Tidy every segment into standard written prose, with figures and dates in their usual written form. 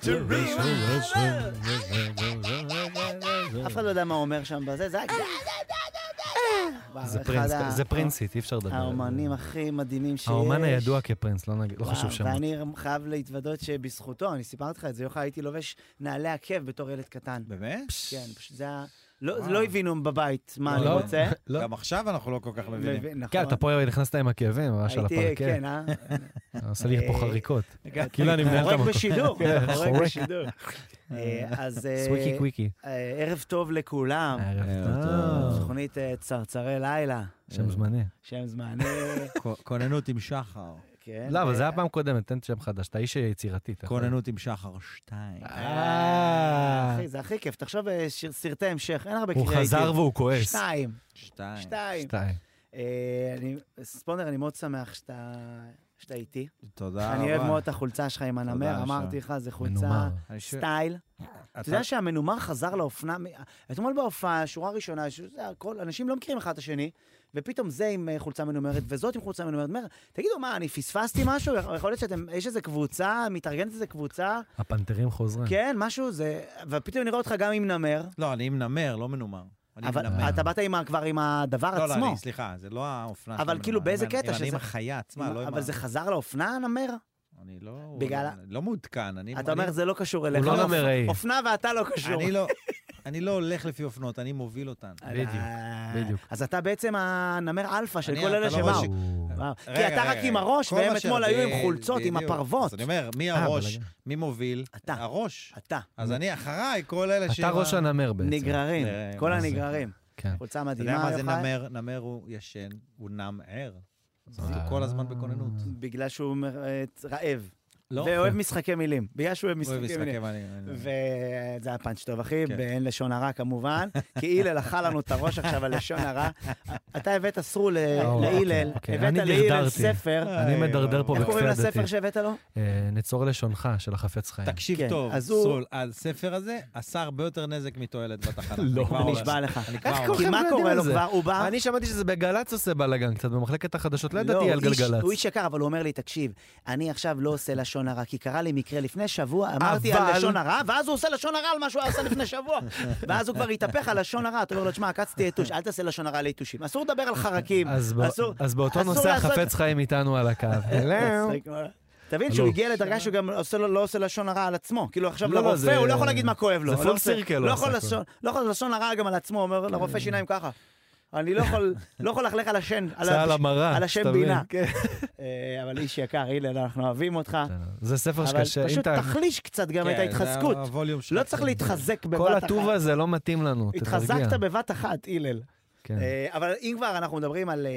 אף אחד לא יודע מה הוא אומר שם בזה, זה זה פרינסית, אי אפשר לדבר. האומנים הכי מדהימים שיש. האומן הידוע כפרינס, לא חשוב שמות. ואני חייב להתוודות שבזכותו, אני סיפרתי לך את זה, יוכל הייתי לובש נעלי עקב בתור ילד קטן. באמת? כן, פשוט זה היה... לא הבינו בבית מה אני רוצה. גם עכשיו אנחנו לא כל כך מבינים. כן, אתה פה נכנסת עם הכאבים, ממש על הפרקט. כן, עושה לי פה חריקות. כאילו אני מנהל את המקום. חורק בשידור. אז... סוויקי קוויקי. ערב טוב לכולם. ערב טוב. תוכנית צרצרי לילה. שם זמני. שם זמני. כוננות עם שחר. לא, אבל זה היה פעם קודמת, תן שם חדש, אתה איש יצירתי. כוננות עם שחר 2. אחי, זה הכי כיף, תחשוב סרטי המשך, אין הרבה קריאה הוא חזר והוא כועס. 2. ספונדר, אני מאוד שמח שאתה איתי. תודה רבה. אני אוהב מאוד את החולצה שלך עם הנמר, אמרתי לך, זה חולצה סטייל. אתה יודע שהמנומר חזר לאופנה, אתמול בהופעה, שורה ראשונה, אנשים לא מכירים אחד את השני, ופתאום זה עם חולצה מנומרת, וזאת עם חולצה מנומרת. תגידו, מה, אני פספסתי משהו? יכול להיות שיש איזו קבוצה, מתארגנת איזו קבוצה? הפנתרים חוזרים. כן, משהו, ופתאום נראה אותך גם עם נמר. לא, אני עם נמר, לא מנומר. אבל אתה באת כבר עם הדבר עצמו. לא, סליחה, זה לא האופנה. אבל כאילו באיזה קטע אני עם החיה עצמה, לא עם... אבל זה חזר לאופנה, נמר? אני לא מעודכן. אתה אומר, זה לא קשור אליך. הוא לא נמראי. אופנה ואתה לא קשור. אני לא הולך לפי אופנות, אני מוביל אותן. בדיוק. אז אתה בעצם הנמר אלפא של כל אלה שבאו. כי אתה רק עם הראש, והם אתמול היו עם חולצות, עם הפרוות. אז אני אומר, מי הראש? מי מוביל? אתה. הראש. אתה. אז אני אחריי, כל אלה אתה ראש הנמר בעצם. נגררים, כל הנגררים. כן. חולצה אתה מדהימה. יודע מה זה נמר? נמר הוא ישן, הוא נם ער. אז הוא כל הזמן בכוננות. בגלל שהוא רעב. ואוהב משחקי מילים. בגלל שהוא אוהב משחקי מילים. וזה היה פאנץ' טוב, אחי, באין לשון הרע כמובן, כי אילל אכל לנו את הראש עכשיו על לשון הרע. אתה הבאת אסרו לאילל, הבאת לאילל ספר. אני מדרדר פה איך קוראים בכפייה לספר שהבאת לו? נצור לשונך של החפץ חיים. תקשיב טוב, סול, הספר הזה עשה הרבה יותר נזק מתועלת בתחנה. לא, נשבע לך. כי מה קורה לו כבר? הוא בא... אני שמעתי שזה בגלץ עושה בלגן קצת, במחלקת החדשות, לא ידעתי על גלגלץ. הוא איש יקר, אבל הוא אומר לי, תקשיב, אני עכשיו לא עושה לשון הרע, כי קרה לי מקרה לפני שבוע, אמרתי על לשון הרע, ואז הוא עושה לשון הרע על מה שהוא עשה לפני שבוע. ואז הוא כבר התהפך על לשון הרע, אתה אומר לו, תשמע, עקצתי יתוש, אל תעשה לשון הרע ליתושים. אסור לדבר על חרקים. אז באותו נושא החפץ חיים איתנו על הקו. תבין שהוא הגיע לדרגה שהוא גם לא עושה לשון הרע על עצמו. כאילו עכשיו לרופא, הוא לא יכול להגיד מה כואב לו. זה פול סירקל. לא יכול לשון הרע גם על עצמו, אומר לרופא שיניים ככה. אני לא יכול ללכלך על השן, על השן בינה. אבל איש יקר, הנה, אנחנו אוהבים אותך. זה ספר שקשה. אבל פשוט תחליש קצת גם את ההתחזקות. לא צריך להתחזק בבת אחת. כל הטוב הזה לא מתאים לנו. התחזקת בבת אחת, הלל. אבל אם כבר אנחנו מדברים על...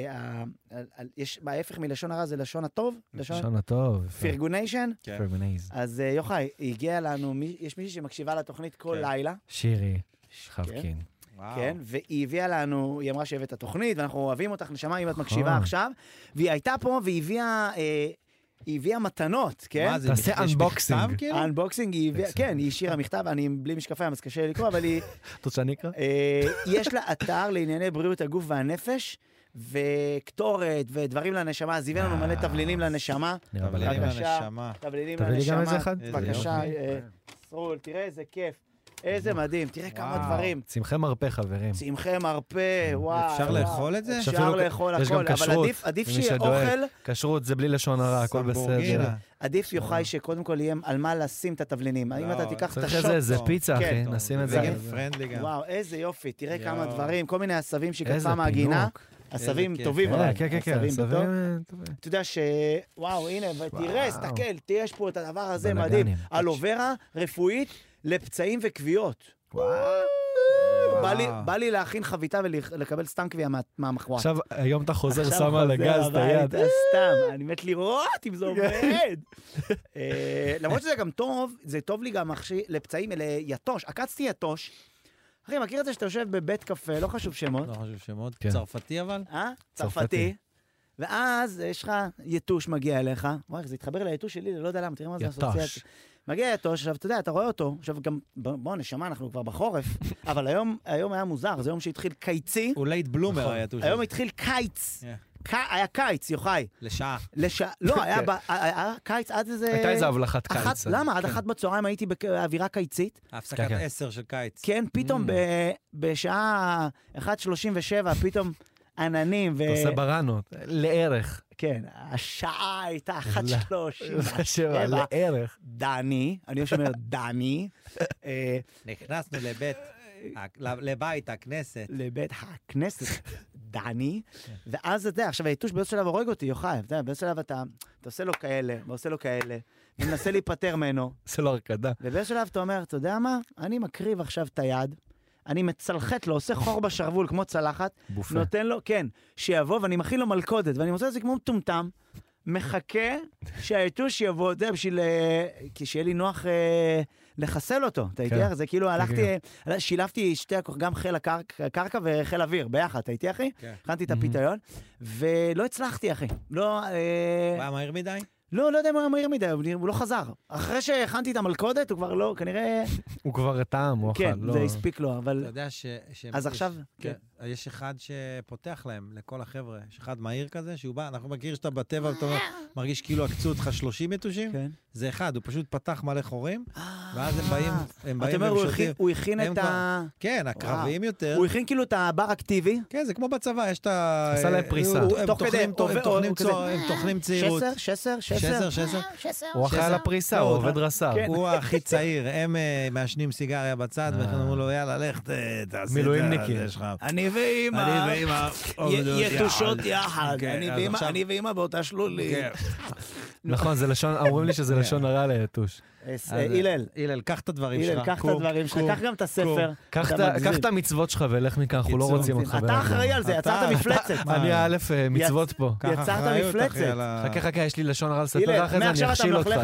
יש בהפך מלשון הרע, זה לשון הטוב? לשון הטוב. פירגוניישן? פירגונייז. אז יוחאי, הגיע לנו, יש מישהי שמקשיבה לתוכנית כל לילה. שירי, חבקין. כן, והיא הביאה לנו, היא אמרה שהבאת את התוכנית, ואנחנו אוהבים אותך, נשמה, אם את מקשיבה עכשיו, והיא הייתה פה, והיא הביאה מתנות, כן? מה זה, תעשה אנבוקסינג. אנבוקסינג, כן, היא השאירה מכתב, אני בלי משקפיים, אז קשה לקרוא, אבל היא... אתה רוצה שאני אקרא? יש לה אתר לענייני בריאות הגוף והנפש, וקטורת ודברים לנשמה, אז הביא לנו מלא תבלינים לנשמה. תבלינים לנשמה. תבלינים לנשמה. תביא לי גם איזה אחד? בבקשה, סרול, תראה איזה כיף. איזה מדהים, תראה כמה דברים. צמחי מרפא, חברים. צמחי מרפא, וואו. אפשר לאכול את זה? אפשר לאכול הכל, אבל עדיף שיהיה אוכל. כשרות זה בלי לשון הרע, הכל בסדר. עדיף יוחאי שקודם כל יהיה על מה לשים את התבלינים. אם אתה תיקח את השוט. זה פיצה, אחי, נשים את זה. וואו, איזה יופי, תראה כמה דברים, כל מיני עשבים שכתבה מהגינה. עשבים טובים. כן, עשבים טובים. אתה יודע וואו, הנה, ותראה, סתכל, יש פה את הדבר הזה מדהים. אלוברה רפואית לפצעים וקביעות. בא לי להכין חביתה ולקבל סתם קביעה מהמחווה. עכשיו, היום אתה חוזר, שם על הגז את היד. סתם, אני מת לראות אם זה עובד. למרות שזה גם טוב, זה טוב לי גם לפצעים, ליתוש. עקצתי יתוש. אחי, מכיר את זה שאתה יושב בבית קפה, לא חשוב שמות. לא חשוב שמות. צרפתי אבל? צרפתי. ואז יש לך יתוש מגיע אליך. וואי, זה התחבר ליתוש שלי, לא יודע למה, תראה מה זה אסוציאציה. מגיע יתוש, עכשיו, אתה יודע, אתה רואה אותו, עכשיו גם, בוא נשמע, אנחנו כבר בחורף, אבל היום היה מוזר, זה יום שהתחיל קיצי. הוא לייט בלומר היתוש. היום התחיל קיץ. היה קיץ, יוחאי. לשעה. לא, היה קיץ עד איזה... הייתה איזה הבלחת קיץ. למה? עד 1 בצהריים הייתי באווירה קיצית. הפסקת 10 של קיץ. כן, פתאום בשעה 1:37, פתאום עננים. אתה עושה ברנות, לערך. כן, השעה הייתה 1:37. לערך. דני, אני אומר דני. נכנסנו לבית הכנסת. לבית הכנסת, דני. ואז אתה יודע, עכשיו היתוש באיזשהו שלב הורג אותי, יוחאי. באיזשהו שלב אתה עושה לו כאלה, ועושה לו כאלה, ומנסה להיפטר ממנו. עושה לו הרקדה. ובאיזשהו שלב אתה אומר, אתה יודע מה? אני מקריב עכשיו את היד, אני מצלחת לו, עושה חור בשרוול כמו צלחת, נותן לו, כן, שיבוא, ואני מכין לו מלכודת, ואני מוצא את זה כמו מטומטם, מחכה שהיתוש יבוא, זה בשביל, כי שיהיה לי נוח לחסל אותו, אתה יודע? זה כאילו הלכתי, שילבתי שתי הכוח, גם חיל הקרקע וחיל אוויר, ביחד, אתה איתי אחי? הכנתי את הפיתיון, ולא הצלחתי אחי. לא... היה מהיר מדי? לא יודע מה מהיר מדי, הוא לא חזר. אחרי שהכנתי את המלכודת, הוא כבר לא, כנראה... הוא כבר טעם, הוא אכל. כן, זה הספיק לו, אבל... אתה יודע אז עכשיו... יש אחד שפותח להם, לכל החבר'ה. יש אחד מהיר כזה, שהוא בא, אנחנו מכיר שאתה בטבע, ואתה מרגיש כאילו עקצו אותך 30 יתושים. זה אחד, הוא פשוט פתח מלא חורים, ואז הם באים ומשותים. הוא הכין את ה... כן, הקרביים יותר. הוא הכין כאילו את הבר אקטיבי. כן, זה כמו בצבא, יש את ה... עשה להם פריסה. הם טוחנים צעירות. שסר. הוא אחראי על הפריסה, הוא עובד רס"ר. הוא הכי צעיר, הם מעשנים סיגריה בצד, וכן אמרו לו, יאללה, לך, תעשה מילואימניקי. אני ואמא, יתושות יחד, אני ואמא באותה שלולית. נכון, אומרים לי שזה לשון הרע ליתוש. הלל, קח את הדברים שלך. קח את הדברים שלך, קח גם את הספר. קח את המצוות שלך ולך מכאן, אנחנו לא רוצים אותך. אתה אחראי על זה, יצרת מפלצת. אני א' מצוות פה. יצרת מפלצת. חכה, יש לי לשון הרע לספר אחרי זה, אני אכשיל אותך,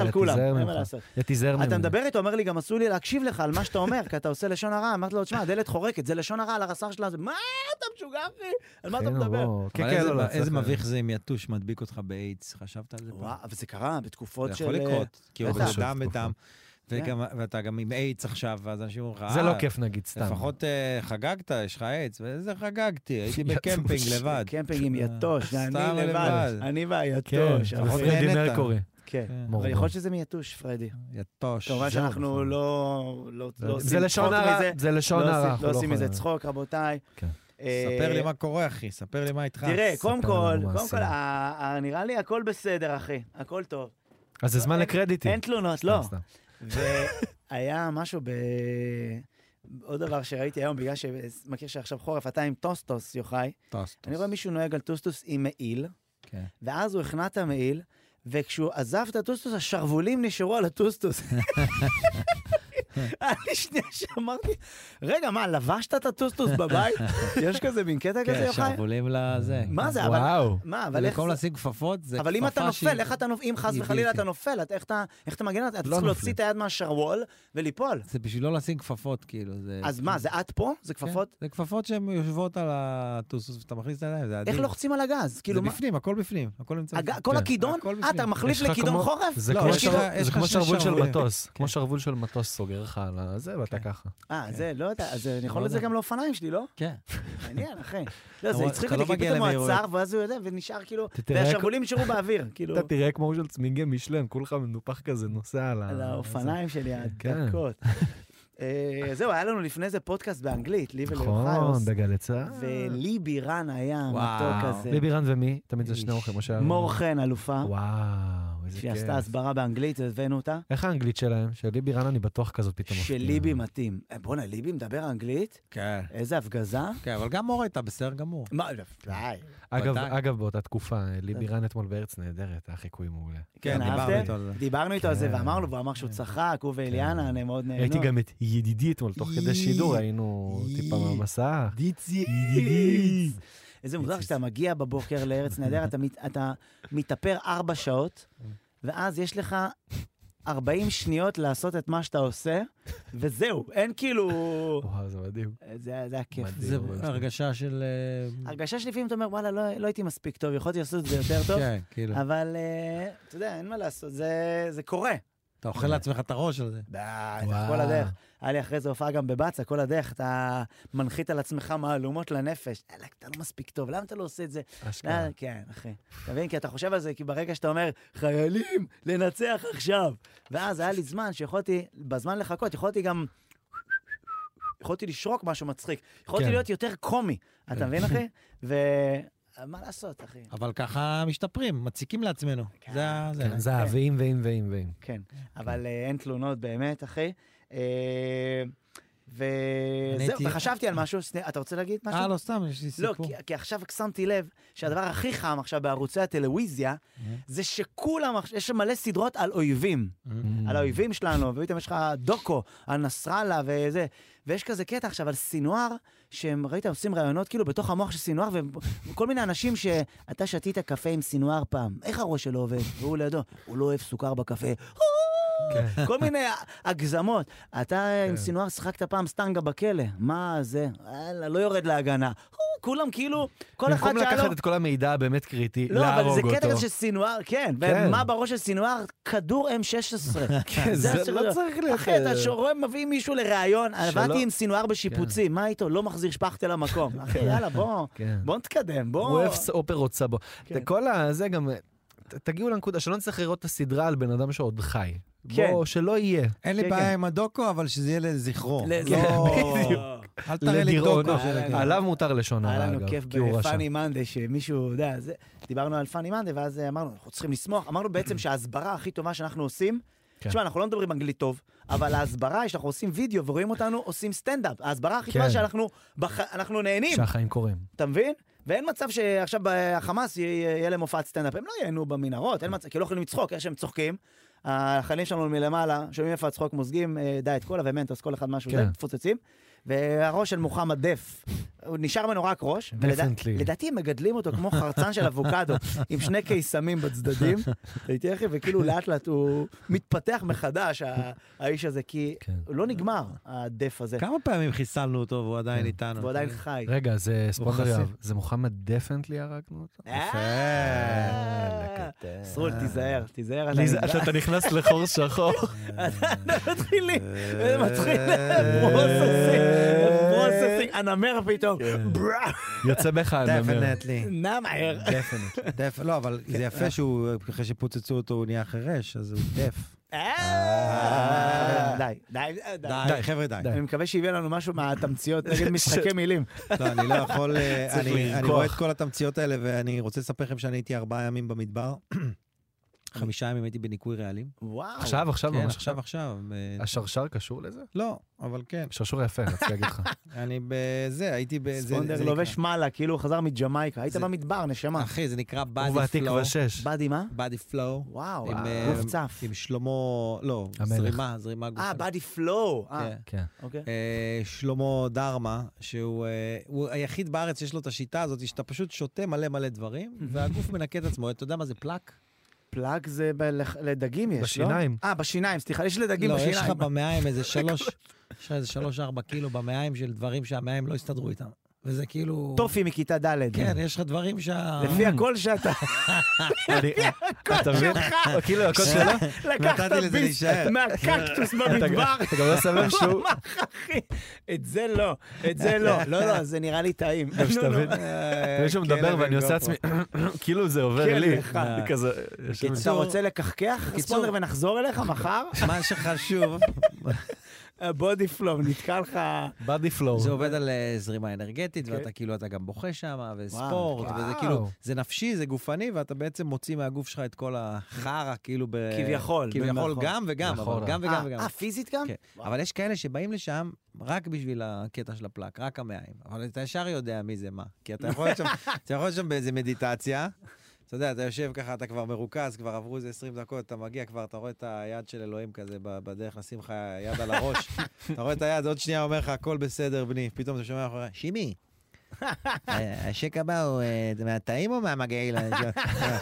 תיזהר ממך. אתה מדבר איתו, אומר לי, גם אסור לי להקשיב לך על מה שאתה אומר, כי אתה עושה לשון הרע. אמרתי לו, תשמע, הדלת חורקת, זה לשון הרע על הרס"ר שלה. מה? אתה משוגע, אחי? על מה אתה מדבר? איזה מביך זה אם יתוש מדביק אותך באיידס, חשבת על זה פעם? וואו, אבל זה קרה בתקופות של... זה יכול לקרות, כי הוא בדם בדם. ואתה גם עם איידס עכשיו, ואז אנשים אומרים לך, זה לא כיף נגיד, סתם. לפחות חגגת, יש לך איידס, ואיזה חגגתי, הייתי בקמפינג לבד. קמפינג עם יתוש, אני לבד, אני והיתוש. פרדי מרקורי. כן, אבל יכול להיות שזה מיתוש, פרדי. יתוש. כמובן שאנחנו לא עושים צחוק מזה. זה לשון הרע. לא עושים מזה צחוק, רבותיי. ספר לי מה קורה, אחי, ספר לי מה איתך. תראה, קודם כל, נראה לי הכל בסדר, אחי, הכל טוב. אז זה זמן לקרדיטים. אין תלונות, לא. והיה משהו עוד דבר שראיתי היום, בגלל שמכיר שעכשיו חורף, אתה עם טוסטוס, יוחאי. טוסטוס. אני רואה מישהו נוהג על טוסטוס עם מעיל, ואז הוא הכנע את המעיל, וכשהוא עזב את הטוסטוס, השרוולים נשארו על הטוסטוס. אני שנייה שאמרתי, רגע, מה, לבשת את הטוסטוס בבית? יש כזה מין קטע כזה, יוחאי? כן, שרוולים לזה. מה זה? וואו. אבל במקום לשים כפפות, זה כפפה אבל אם אתה נופל, אם חס וחלילה אתה נופל, איך אתה מגן? אתה צריך להוציא את היד מהשרוול וליפול. זה בשביל לא לשים כפפות, כאילו. אז מה, זה עד פה? זה כפפות? זה כפפות שהן יושבות על הטוסטוס, ואתה מכניס את הידיים, זה עדיף. איך לוחצים על הגז? זה בפנים, הכל בפנים. כל הכידון? אתה מחליף לכידון חורף? זה כמו שרוול של מטוס. כמו שרוול של מטוס סוגר לך על זה, ואתה ככה. זה, לא יודע, אז אני יכול לזה גם לאופניים שלי, לא? כן. מעניין, אחי. לא, זה הצחיק אותי, כי פתאום הוא עצר, ואז הוא יודע, ונשאר כאילו, והשרוולים נשארו באוויר, כאילו. אתה תראה כמו של צמיגי משלם, כולך מנופח כזה, נוסע על האופניים שלי, הדקות. זהו, היה לנו לפני זה פודקאסט באנגלית, לי וליוחאי. נכון, בגלי צה"ל. ולי בירן היה מתוק כזה. לי בירן ומי? תמיד זה שני אורחים. מור חן, אלופה. וואו, איזה כיף. שהיא עשתה הסברה באנגלית, הבאנו אותה. איך האנגלית שלהם? של לי בירן אני בטוח כזאת פתאום. של ליבי מתאים. בוא'נה, ליבי מדבר אנגלית? כן. איזה הפגזה? כן, אבל גם מור הייתה בסדר גמור. מה, אגב, באותה תקופה, לי בירן אתמול בארץ נהדרת, היה חיקוי מעולה. כן, אהבתם? דיברנו איתו על זה, ואמרנו, והוא אמר שהוא צחק, הוא ואליאנה, הם מאוד נהנו. הייתי גם את ידידי אתמול, תוך כדי שידור, היינו טיפה מהמסע. איזה מוזר שאתה מגיע בבוקר לארץ נהדר, אתה מתאפר 4 שעות, ואז יש לך 40 שניות לעשות את מה שאתה עושה, וזהו, אין כאילו... וואו, זה מדהים. זה היה כיף. זה הרגשה של... הרגשה שלפעמים אתה אומר, וואלה, לא הייתי מספיק טוב, יכולתי לעשות את זה יותר טוב, אבל אתה יודע, אין מה לעשות, זה קורה. אתה אוכל לעצמך את הראש על זה. כל הדרך. היה לי אחרי זה הופעה גם בבצע, כל הדרך, אתה מנחית על עצמך מהלומות לנפש. אתה לא מספיק טוב, למה אתה לא עושה את זה? כן, אחי. אתה מבין? כי אתה חושב על זה, כי ברגע שאתה אומר, חיילים, לנצח עכשיו. ואז היה לי זמן שיכולתי, בזמן לחכות, יכולתי לשרוק משהו מצחיק. יכולתי להיות יותר קומי. אתה מבין, אחי? מה לעשות, אחי? אבל ככה משתפרים, מציקים לעצמנו. זה ואם. כן, אבל אין תלונות באמת, אחי. וזהו, וחשבתי על משהו, אתה רוצה להגיד משהו? לא, סתם, יש לי סיפור. לא, כי עכשיו שמתי לב שהדבר הכי חם עכשיו בערוצי הטלוויזיה, זה שכולם, יש מלא סדרות על אויבים. על האויבים שלנו, ופתאום יש לך דוקו על נסראללה וזה, ויש כזה קטע עכשיו על סינואר, שהם, ראית, עושים רעיונות כאילו בתוך המוח של סינואר, וכל מיני אנשים שאתה שתית קפה עם סינואר פעם, איך הראש שלו עובד? והוא לידו, הוא לא אוהב סוכר בקפה. כל מיני הגזמות. אתה עם סינואר שחקת פעם סטנגה בכלא. מה זה? לא יורד להגנה. כולם כאילו, כל אחד במקום לקחת את כל המידע הבאמת קריטי, לא, אבל להרוג זה אותו. קטע כזה של סינואר, כן. ומה בראש של סינואר? כדור M16. זה לא צריך להיות. אחי, אתה רואה, מביא מישהו לראיון, עבדתי עם סינואר בשיפוצים, מה איתו? לא מחזיר שפכתי למקום. אחי, יאללה, בוא נתקדם, בוא. הוא אוהב אופרות סבו. כל הזה גם, תגיעו לנקודה, שלא נצטרך לראות את הסדרה על בן אדם שעוד חי. בוא, שלא יהיה. אין לי בעיה עם הדוקו, אבל שזה יהיה לזכרו. בדיוק. אל תראה לי דוקו. עליו מותר לשון הרע, היה אגב. לנו כיף בפאני מנדה, שמישהו, יודע, דיברנו על פאני מנדה, ואז אמרנו, אנחנו צריכים לשמוח. אמרנו בעצם שההסברה הכי טובה שאנחנו עושים, תשמע, אנחנו לא מדברים אנגלית טוב, אבל ההסברה, שאנחנו עושים וידאו ורואים אותנו, עושים סטנדאפ. ההסברה הכי טובה שאנחנו נהנים. שהחיים קורים. אתה מבין? ואין מצב שעכשיו בחמאס יהיה להם הופעת סטנדאפ. הם לא ייהנו במנהרות, כי לא יכולים לצחוק, איך שהם צוחקים. החיילים שלנו מלמעלה, שומעים איפה הצחוק, מוזגים דיאט קולה ומנטוס, כל אחד משהו, מפוצצים. והראש של מוחמד דף, הוא נשאר ממנו רק ראש, ולדעתי הם מגדלים אותו כמו חרצן של אבוקדו, עם שני קיסמים בצדדים, וכאילו לאט לאט הוא מתפתח מחדש, האיש הזה, כי הוא לא נגמר, הדף הזה. כמה פעמים חיסלנו אותו והוא עדיין איתנו? והוא עדיין חי. רגע, זה ספונדר יאב, זה מוחמד דפנטלי הרגנו אותו? סרול, תיזהר. אתה נכנס לחור שחור. מתחילים, מתחיל פרוססינג, הנמר פתאום. יוצא בך הנמר. נמר. לא, אבל זה יפה שהוא, אחרי שפוצצו אותו, הוא נהיה חירש, אז הוא דף. די, חבר'ה, די. אני מקווה שיביא לנו משהו מהתמציות נגד משחקי מילים. לא, אני לא יכול, אני רואה את כל התמציות האלה, ואני רוצה לספר לכם שאני הייתי 4 ימים במדבר. 5 ימים הייתי בניקוי רעלים. וואו. עכשיו, ממש עכשיו. השרשר קשור לזה? לא, אבל כן. שרשור יפה, רציתי להגיד לך. אני בזה, הייתי בזה. ספונדר לובש מעלה, כאילו הוא חזר מג'מייקה. היית במדבר, נשמה. אחי, זה נקרא בדי הוא והתקווה 6. בדי מה? בדי פלואו. וואו, גוף צף. עם שלמה, לא, זרימה גוף. בדי פלואו. כן. שלמה דרמה, שהוא היחיד בארץ שיש לו את השיטה הזאת, שאתה פשוט שותה מלא דברים, והגוף מנקה את עצמו. אתה יודע מה זה פלק? פלאג זה לדגים יש, לא? בשיניים. בשיניים, סליחה, יש לדגים בשיניים. לא, יש לך במעיים איזה 3-4 קילו במעיים של דברים שהמעיים לא הסתדרו איתם. וזה כאילו... טופי מכיתה ד'. כן, יש לך דברים לפי הכל שאתה... אתה מבין? כאילו, הכל שלו? לקחת ביס מהקקטוס במדבר. אתה גם לא סבב שהוא... את זה לא. לא, זה נראה לי טעים. מישהו מדבר ואני עושה עצמי... כאילו זה עובר לי. אתה רוצה לקחקח? ספונדר ונחזור אליך מחר? מה שחשוב... בודי פלואו, נתקע לך... בודי פלואו. זה עובד על זרימה אנרגטית, ואתה כאילו, אתה גם בוכה שם, וספורט, וזה כאילו, זה נפשי, זה גופני, ואתה בעצם מוציא מהגוף שלך את כל החרא, כאילו כביכול. כביכול גם וגם, אבל גם וגם. פיזית גם? כן. אבל יש כאלה שבאים לשם רק בשביל הקטע של הפלק, רק המעיים. אבל אתה ישר יודע מי זה מה. כי אתה יכול להיות שם באיזה מדיטציה, אתה יודע, אתה יושב ככה, אתה כבר מרוכז, כבר עברו איזה 20 דקות, אתה מגיע כבר, אתה רואה את היד של אלוהים כזה בדרך, נשים לך יד על הראש, אתה רואה את היד, עוד שנייה אומר לך, הכל בסדר, בני, פתאום אתה שומע אחורה, שימי, השק הבא הוא מהטעים או מהמגעיל?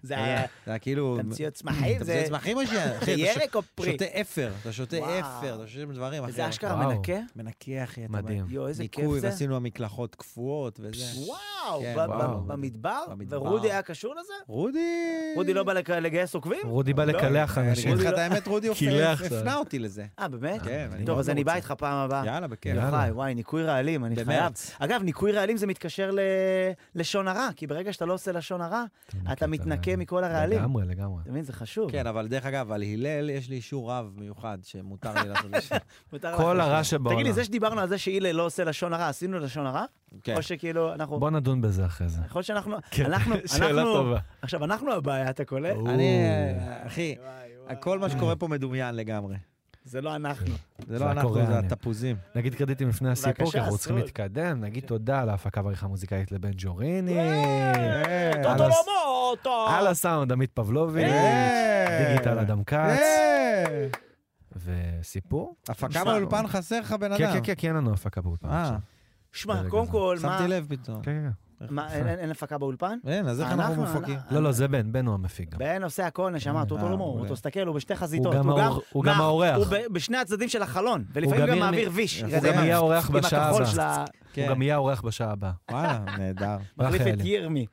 זה היה כאילו... תמציות צמחים, תמציות צמחים או זה ירק או פרי? שותה אפר, אתה שותה אפר, אתה שותה דברים אחרים. זה אשכרה מנקה? מנקה, אחי. מדהים. יו, איזה כיף ניקוי, זה. ועשינו המקלחות קפואות וזה. וואו, במדבר? ורודי היה קשור לזה? רודי לא בא לגייס עוקבים? רודי בא לקלח אנשים. אני אגיד לך את האמת, רודי הפנה אותי לזה. באמת? כן. טוב, אז אני בא איתך פעם הבאה. יאללה, בכיף. וואי, ניקוי רעלים, אני חייב. אגב, ניקוי רעלים זה מתקשר לשון הרע, כי ברגע שאתה לא עושה לשון הרע, אתה מתנקה מכל הרעלים. לגמרי. אתה מבין, זה חשוב. כן, אבל דרך אגב, על הלל יש לי אישור רב מיוחד שמותר לי לעשות לשון. כל הרע שבעולם. תגיד לי, זה שדיברנו על זה שהלל לא עושה לשון הרע, עשינו לשון הרע? או שכאילו אנחנו... בוא נדון בזה אחרי זה. יכול להיות שאנחנו... שאלה טובה. עכשיו, אנחנו הבעיה, אתה קולט? אחי, כל מה שקורה פה מדומיין לגמרי. זה לא אנחנו. זה לא אנחנו, זה התפוזים. נגיד קרדיטים לפני הסיפור, כי אנחנו צריכים להתקדם. נגיד תודה על ההפקה והעריכה המוזיקאית לבן ג'וריני. על הסאונד, עמית פבלוביץ', דיגיטל אדם כץ. וסיפור? הפקה באולפן חסר לך בן אדם. כן, כי אין לנו הפקה באולפן. שמע, קודם כל, מה... שמתי לב פתאום. כן. אין הפקה באולפן? אין, אז איך אנחנו מופקים? לא, זה בן הוא המפיק. בן עושה הכל, נשמה, הוא תסתכל, הוא בשתי חזיתות. הוא גם האורח. הוא בשני הצדדים של החלון, ולפעמים גם מעביר ויש. הוא גם יהיה האורח בשעה הבאה. הוא גם יהיה האורח בשעה הבאה. וואלה, נהדר. מחליף את ירמי.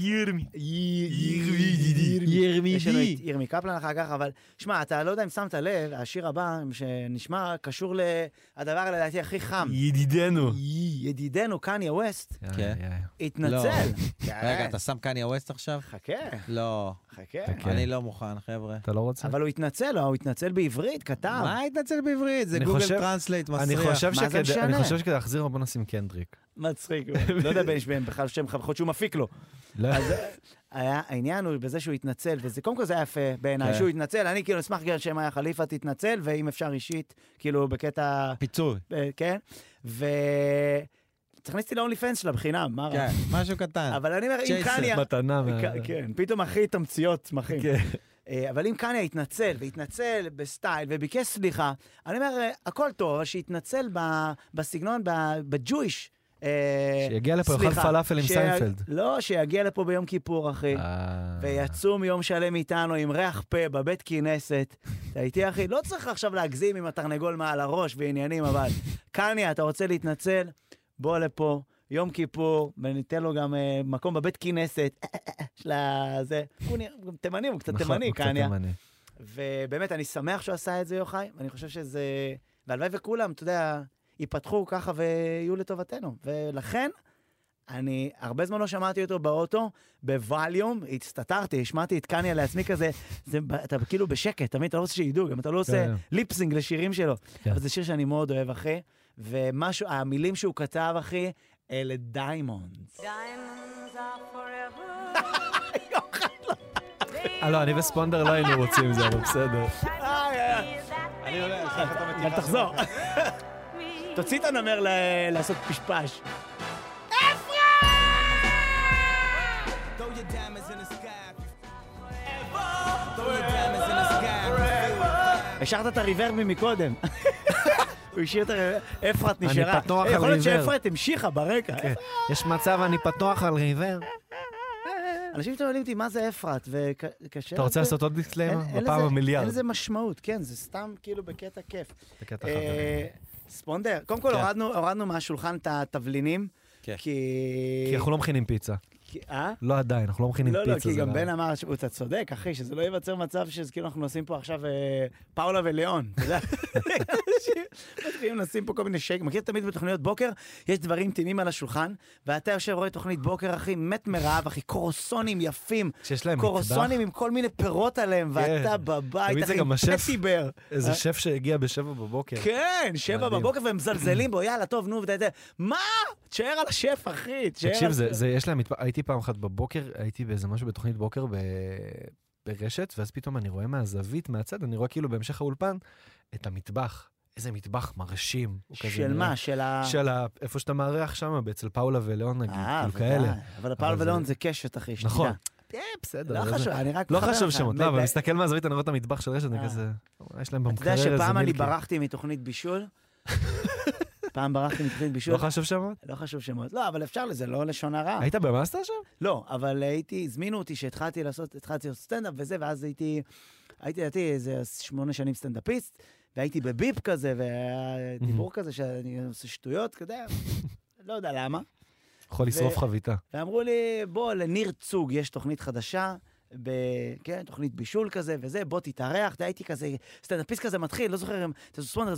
יש לנו את ירמי קפלן אחר כך, אבל שמע, אתה לא יודע אם שמת לב, השיר הבא, שנשמע קשור לדבר לדעתי הכי חם. ידידנו, קניה ווסט. התנצל. רגע, אתה שם קניה ווסט עכשיו? חכה. לא. חכה. אני לא מוכן, חבר'ה. אתה לא רוצה? אבל הוא התנצל בעברית, כתב. מה התנצל בעברית? זה גוגל טרנסלייט מסריח. אני חושב שכדי להחזיר בוא נשים קנדריק. מצחיק. לא יודע בין שביהם בכלל שם חבחות שהוא מפיק לו. העניין הוא בזה שהוא התנצל, וזה קודם כל זה היה יפה בעיניי, שהוא התנצל, אני כאילו אשמח גם שם היה חליפה תתנצל, ואם אפשר אישית, כאילו בקטע... פיצוי. כן, תכניסתי לאונלי פנס שלה בחינם, מה רע? כן, משהו קטן. אבל אני אומר, אם קניה... מתנה. כן, פתאום הכי תמציות צמחים. אבל אם קניה התנצל בסטייל וביקש סליחה, אני אומר, הכל טוב, שיתנצל בסגנון, בג'ויש. שיגיע לפה יאכל פלאפל עם סיינפלד. לא, שיגיע לפה ביום כיפור, אחי. ויצום יום שלם איתנו עם ריח פה בבית כנסת. אתה איתי, אחי? לא צריך עכשיו להגזים עם התרנגול מעל הראש ועניינים, אבל קניה, אתה רוצה להתנצל? בוא לפה, יום כיפור, וניתן לו גם מקום בבית כנסת. זה תימני, הוא קצת תימני, קניה. ובאמת, אני שמח שהוא עשה את זה, יוחאי, ואני חושב שזה... והלוואי וכולם, אתה יודע... ייפתחו ככה ויהיו לטובתנו. ולכן, אני הרבה זמן לא שמעתי אותו באוטו, בווליום, הצטטרתי, השמעתי את קניה לעצמי כזה, אתה כאילו בשקט, תמיד אתה לא רוצה שידעו, גם אתה לא עושה ליפסינג לשירים שלו. אבל זה שיר שאני מאוד אוהב, אחי, ומשהו, המילים שהוא כתב, אחי, אלה דיימונדס. Diamonds are forever. לא, אני וספונדר לא היינו רוצים זה, אבל בסדר. אני עולה, אבל תחזור. תוציא את הנמר לעשות פשפש. השארת את הריברבי מקודם. הוא השאיר את אפרת נשארה. אני פתוח על ריבר. יכול להיות שאפרת המשיכה ברקע. יש מצב, אני פתוח על ריבר. אנשים שואלים אותי מה זה אפרת, וקשה... אתה רוצה לעשות עוד דיסקליימר? בפעם המיליארד. אין לזה משמעות, כן, זה סתם כאילו בקטע כיף. בקטע חברים. ספונדר, קודם כל הורדנו מהשולחן את התבלינים, כי אנחנו לא מכינים פיצה. לא עדיין, אנחנו לא מכינים פיצה. לא, כי גם בן אמר שאתה צודק, אחי, שזה לא ייווצר מצב שכאילו אנחנו עושים פה עכשיו פאולה וליאון. אתה יודע? מתחילים לשים פה כל מיני שייק. מכיר תמיד בתוכניות בוקר, יש דברים טעימים על השולחן, ואתה יושב רואה תוכנית בוקר, אחי, מת מרעב, אחי, קורסונים יפים. שיש להם קורסונים עם כל מיני פירות עליהם, ואתה בבית, אחי, פטיבר. איזה שף שהגיע ב7 בבוקר. כן, 7 בבוקר, והם מזלזלים בו, יאללה, טוב, נו, מה? תשאר על השף, אחי. תקשיב, יש להם, הייתי פעם אחת בבוקר, הייתי באיזה משהו בתוכנית בוקר ברשת, ואז פתאום אני רואה מהזווית, מהצד, אני רואה כאילו בהמשך האולפן, את המטבח. איזה מטבח מרשים. של מה? של איפה שאתה מארח שם, אצל פאולה וליאון נגיד, כאילו כאלה. אבל פאולה וליאון זה קשת, אחי, שתדע. נכון. בסדר. לא חשוב, אני רק... לא חשוב שמות, לא, אבל מסתכל מהזווית, אני רואה את המטבח של רשת, אני כזה, יש להם במקרר איזה מילקי. אתה יודע שפעם אני ברחתי מתוכנית בישול? פעם ברחתי מתוכנית בישול. לא חשוב שמות? לא חשוב שמות. לא, אבל אפשר לזה, לא לשון הרע. היית במאסטר שם? לא, אבל הזמינו אותי שהתחלתי לעשות סטנדאפ וזה, ואז הייתי איזה 8 שנים סטנדאפיסט, והייתי בביפ כזה, ודיבור כזה שאני עושה שטויות, כזה, לא יודע למה. יכול לשרוף חביתה. ואמרו לי, בוא, לניר צוג יש תוכנית חדשה, כן, תוכנית בישול כזה וזה, בוא תתארח, הייתי כזה, סטנדאפיסט כזה מתחיל, לא זוכר אם אתה ספונדר,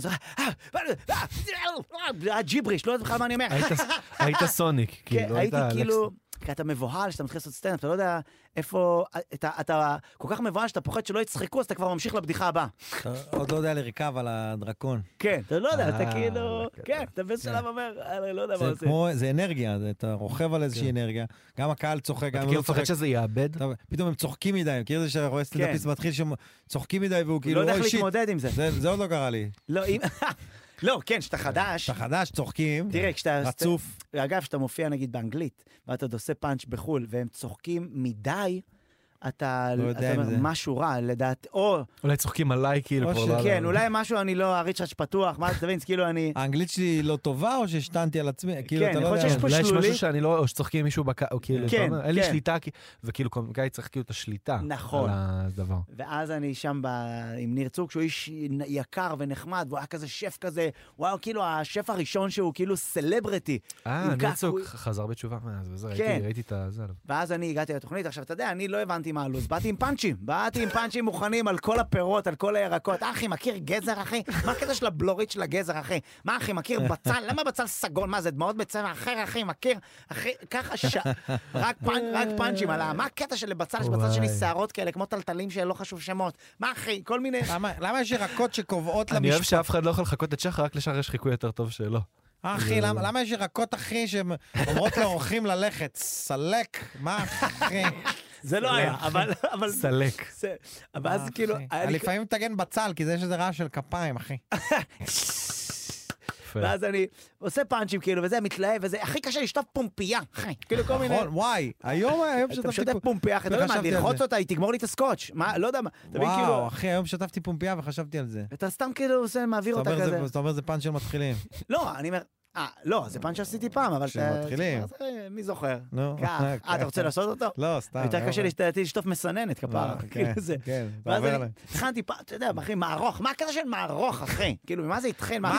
ג'יבריש, לא יודע בכלל מה אני אומר. היית סוניק, כאילו, הייתי כאילו, כי אתה מבוהל שאתה מתחיל לעשות סטנדאפ, אתה לא יודע איפה, אתה כל כך מבוהל שאתה פוחד שלא יצחקו, אז אתה כבר ממשיך לבדיחה הבאה. אתה עוד לא יודע לרכב על הדרקון. כן, אתה לא יודע, אתה כאילו, כן, אתה באיזה שלב אומר, לא יודע מה עושה. זה אנרגיה, אתה רוכב על איזושהי אנרגיה, גם הקהל צוחק, גם אתה כאילו מפחד שזה יאבד? פתאום הם צוחקים מדי, מכיר זה שרואה סטנדאפיסט מתחיל צוחקים מדי והוא כאילו, לא יודע איך להתמודד עם זה. זה עוד לא קרה לי. לא, כן, שאתה חדש. אתה חדש, צוחקים, רצוף. אגב, שאתה מופיע נגיד באנגלית, ואתה עושה פאנץ' בחול, והם צוחקים מדי, אתה אומר משהו רע, לדעת, אולי צוחקים עליי, כאילו. כן, אולי משהו, אני לא הריצ'רץ' פתוח, מה אתה מבין, כאילו אני... האנגלית שלי לא טובה, או שהשתנתי על עצמי? כן, יכול להיות שיש פה שלולי. אולי יש משהו שאני לא, או שצוחקים מישהו או כאילו, אין לי שליטה, וכאילו, קומיקאי צריך כאילו את השליטה. נכון. על הדבר. ואז אני שם עם ניר צוג, שהוא איש יקר ונחמד, והוא היה כזה שף כזה, הוא היה כאילו השף הראשון שהוא כאילו סלברטי. ניר צוג חזר בתשובה מאז, וזה, ראיתי את זה. ואז אני הגעתי לתוכנית, עכשיו, אתה יודע, אני לא הבנתי מה הלו"ז, באתי עם פאנצ'ים מוכנים על כל הפירות, על כל הירקות. אחי, מכיר גזר, אחי? מה הקטע של הבלורית של הגזר, אחי? מה, אחי, מכיר בצל? למה בצל סגול? מה, זה דמעות בצבע אחר, אחי? מכיר? אחי, ככה רק פאנצ'ים על מה הקטע של בצל? יש בצל שלי שערות כאלה, כמו טלטלים שלא חשוב שמות. מה, אחי? כל מיני... למה יש ירקות שקובעות למשפט? אני אוהב שאף אחד לא יכול לחכות את שחר, רק לשחר יש חיקוי יותר טוב שלו. אחי, למה יש ירקות, אחי, שאומרות לאורחים ללכת? סלק, מה, אחי? זה לא היה, אבל... סלק. אבל אז כאילו... לפעמים תגן בצל, כי זה יש איזה רעש של כפיים, אחי. ואז אני עושה פאנצ'ים כאילו, וזה מתלהב, וזה הכי קשה לשטוף פומפייה, אחי. כאילו כל מיני... נכון, וואי, היום אתה משתף פומפייה, אתה לא יודע מה, לרחוץ אותה, היא תגמור לי את הסקוץ'. מה, לא יודע מה. וואו, אחי, היום שטפתי פומפייה וחשבתי על זה. אתה סתם כאילו מעביר אותה כזה. אתה אומר זה פאנץ' של מתחילים. לא, אני אומר... לא, זה פאנץ' שעשיתי פעם, אבל... שמתחילים. מי זוכר? נו. אתה רוצה לעשות אותו? לא, סתם. יותר קשה לשטוף מסננת, כפרה. כן, כן. ואז אני התחלתי פעם, אתה יודע, אחי, מערוך. מה הקטע של מערוך, אחי? כאילו, ממה זה התחיל? מה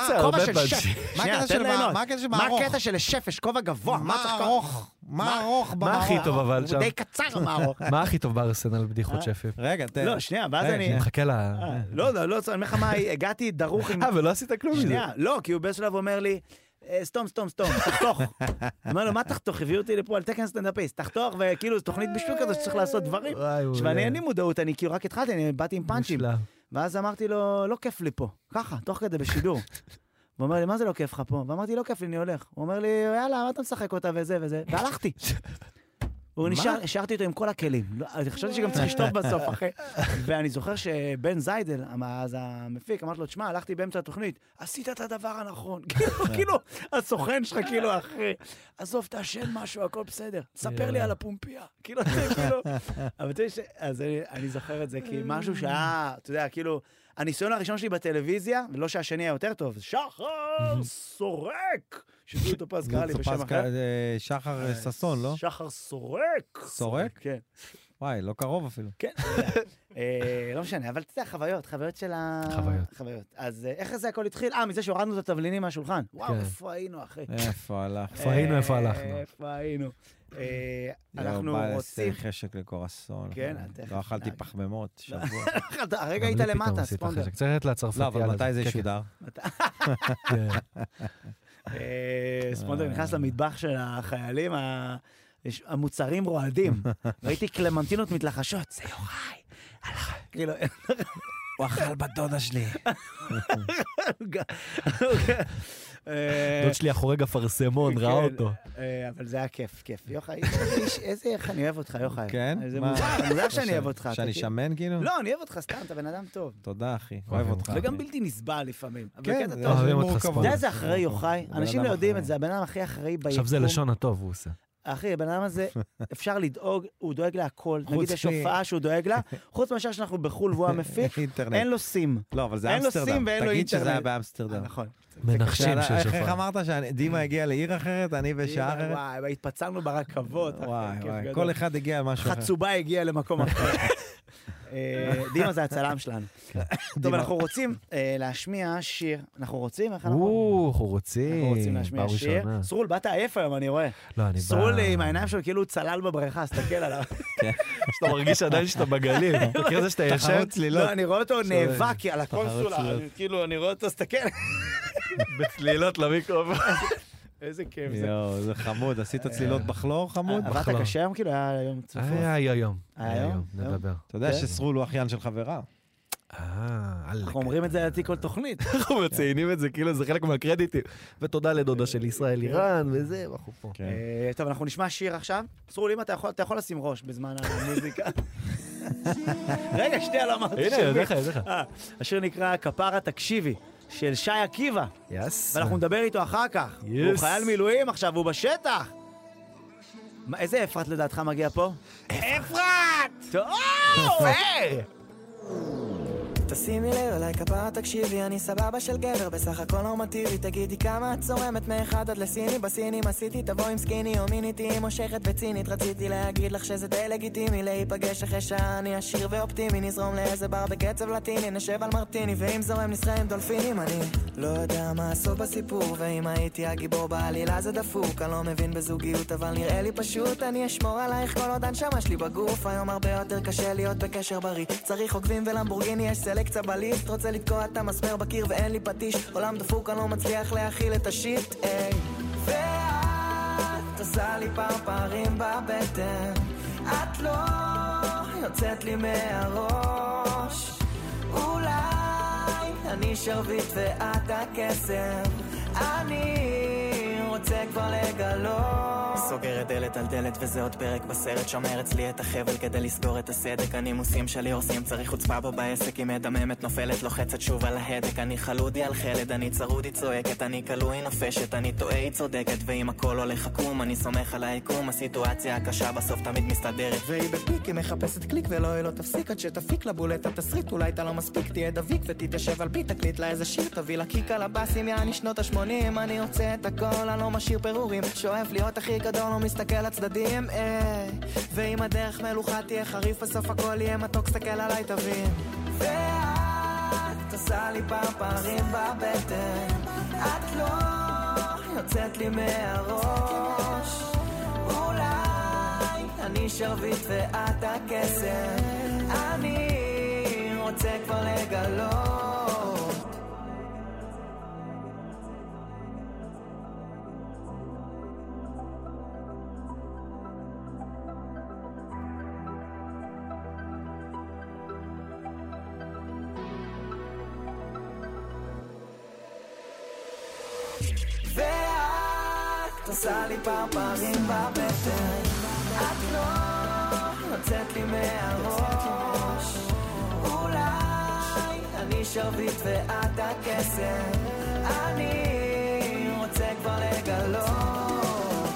הקטע של שפש, כובע גבוה? מה ארוך? מה הכי טוב אבל שם? הוא די קצר, מה ארוך. מה הכי טוב בארסנל בדיחות שפים? רגע, תן. לא, שנייה, ואז אני... מחכה לה... לא, אני אומר לך מה, הגעתי דרוך עם... ולא עשית כלום. שנייה, לא, כי הוא בשלב אומר לי, סתום, תחתוך. אמר לו, מה תחתוך? הביאו אותי לפה על תקן סטנדאפיסט, תחתוך, וכאילו, זו תוכנית בשביל כזה שצריך לעשות דברים. ואני אין לי מודעות, אני כאילו רק התחלתי, אני באתי עם פאנצ'ים. ואז אמרתי לו, לא כיף לי פה, ככה, תוך כדי בשידור. הוא אומר לי, מה זה לא כיף לך פה? ואמרתי, לא כיף לי, אני הולך. הוא אומר לי, יאללה, מה אתה משחק אותה וזה וזה? והלכתי. הוא נשאר, השארתי אותו עם כל הכלים. אני חשבתי שגם צריך לשטוף בסוף, אחי. ואני זוכר שבן זיידל, אז המפיק, אמרתי לו, תשמע, הלכתי באמצע התוכנית, עשית את הדבר הנכון. כאילו, הסוכן שלך, כאילו, אחי, עזוב, תעשן משהו, הכל בסדר. ספר לי על הפומפייה. כאילו, אבל אז אני זוכר את זה, כי משהו שהיה, אתה יודע, כאילו, הניסיון הראשון שלי בטלוויזיה, ולא שהשני היה יותר טוב, שחר סורק! שזו אותו פס קרא לי בשם אחר. שחר ססון, לא? שחר סורק. סורק? כן. וואי, לא קרוב אפילו. כן. לא משנה, אבל אתה יודע, חוויות של ה... חוויות. אז איך זה הכל התחיל? מזה שהורדנו את התבלינים מהשולחן. וואו, איפה היינו, אחי? איפה הלכנו? איפה הלכנו? איפה היינו? אנחנו רוצים... חשק לקורסון. כן. לא אכלתי פחמימות שבוע. הרגע היית למטה, ספונדר. צריך ללכת לצרפתי. לא, אבל מתי זה ישודר? ספונדר נכנס למטבח של החיילים, המוצרים רועדים. ראיתי קלמנטינות מתלחשות. זה יוחאי. כאילו... הוא אכל בדודה שלי. דוד שלי החורג אפרסמון, ראה אותו. אבל זה היה כיף. יוחאי, איך אני אוהב אותך, יוחאי. כן? זה מוזר שאני אוהב אותך. שאני שמן כאילו? לא, אני אוהב אותך סתם, אתה בן אדם טוב. תודה, אחי. אוהב אותך. וגם בלתי נסבל לפעמים. כן, אתה יודע איזה אחראי יוחאי? אנשים לא יודעים את זה, הבן אדם הכי אחראי ביקום. עכשיו זה לשון הטוב הוא עושה. אחי, הבן אדם הזה, אפשר לדאוג, הוא דואג להכל. נגיד, יש הופעה שהוא דואג לה, חוץ מאשר שאנחנו בחול והוא המפיק, אין לו סים. לא, אבל זה אמסטרדם. אין לו סים ואין לו אינטרנט. תגיד שזה היה באמסטרדם. נכון. מנחשים שיש הופעה. איך אמרת שדימה הגיע לעיר אחרת, אני בשעה אחרת? וואי, התפצלנו ברכבות. וואי, כל אחד הגיע למשהו אחר. חצובה הגיע למקום אחר. דימה זה הצלם שלנו. טוב, אנחנו רוצים להשמיע שיר. אנחנו רוצים? אנחנו רוצים להשמיע שיר. סרול, באת עייף היום, אני רואה. לא, אני בא... סרול עם העיניים שלו כאילו צלל בבריכה, סתכל עליו. שאתה מרגיש עדיין שאתה בגליל. מכיר זה שאתה ישן? לא, אני רואה אותו נאבק על הקונסולה. כאילו, אני רואה אותו, סתכל. בצלילות למיקרופון. איזה כיף זה. יואו, זה חמוד. עשית צלילות בחלור, חמוד? עבדת קשה היום, כאילו, היה יום צפוף. היה היום, נדבר. אתה יודע שסרול הוא אחיין של חברה. אנחנו אומרים את זה לדעתי כל תוכנית. אנחנו מציינים את זה, כאילו זה חלק מהקרדיטים. ותודה לדודה של ישראל איראן, וזה, ואנחנו פה. טוב, אנחנו נשמע שיר עכשיו. סרול, אם אתה יכול לשים ראש בזמן המוזיקה. רגע, שנייה, לא אמרתי שיר. הנה, יודע לך. השיר נקרא כפרה תקשיבי, של שי עקיבא. יס. ואנחנו נדבר איתו אחר כך. הוא חייל מילואים עכשיו, הוא בשטח. איזה אפרת לדעתך מגיע פה? אפרת! טוב! תשימי לב אליי כפרה תקשיבי, אני סבבה של גבר, בסך הכל נורמטיבי. תגידי כמה את צורמת מאחד עד לסיני, בסינים עשיתי תבוא עם סקיני או מיניתי מושכת וצינית. רציתי להגיד לך שזה די לגיטימי להיפגש אחרי שעה, אני עשיר ואופטימי. נזרום לאיזה בר בקצב לטיני, נשב על מרטיני, ואם זורם נסחה עם דולפינים. אני לא יודע מה הסוף בסיפור, ואם הייתי הגיבור בעלילה זה דפוק. אני לא מבין בזוגיות אבל נראה לי פשוט, אני אשמור עלייך כל עוד הנשמה שלי בגוף. היום הרבה יותר קשה להיות בקשר בריא, צריך עוקבים ולמבורגיני, יש סלקציה בליסט, רוצה לתקוע את המסמר בקיר ואין לי פטיש, עולם דפוק אני לא מצליח להכיל את השיט. ואת עושה לי פרפרים בבטן, את לא יוצאת לי מהראש, אולי אני שרביט ואת הקסם, אני רוצה כבר לגלות. סוגרת דלת על דלת וזה עוד פרק בסרט, שומר אצלי את החבל כדי לסגור את הסדק. הנימוסים שלי הורסים, צריך חוצפה בו בעסק, היא מדממת נופלת לוחצת שוב על ההדק. אני חלודי על חלד, אני צרודי צועקת, אני קלוי נופשת, אני טועה היא צודקת, ואם הכל הולך עקום אני סומך על היקום. הסיטואציה הקשה בסוף תמיד מסתדרת, והיא בפיק, היא מחפשת קליק ולא היא לא תפסיק עד שתפיק לבולט התסריט. אולי אתה לא מספיק, תהיה דביק ותתיישב על בי, תקליט לה איזה שיר, תביא לה קיק על הבאסים, יעני שנות ה-80. אני רוצה את הכל, אני לא משאיר פירורים, שואף להיות הכי גדול, לא מסתכל לצדדים, ואם הדרך מלוכה תהיה חריף, בסוף הכל יהיה מתוק, סתכל עליי תבין. ואת עושה לי פרפרים בבטן, את לא יוצאת לי מהראש, אולי אני שרביט ואת הקסם, אני רוצה כבר לגלות. ואת עושה לי פרפרים בבטן, את לא יוצאת לי מהראש, אולי אני שרביט ואת הקסם, אני רוצה כבר לגלות.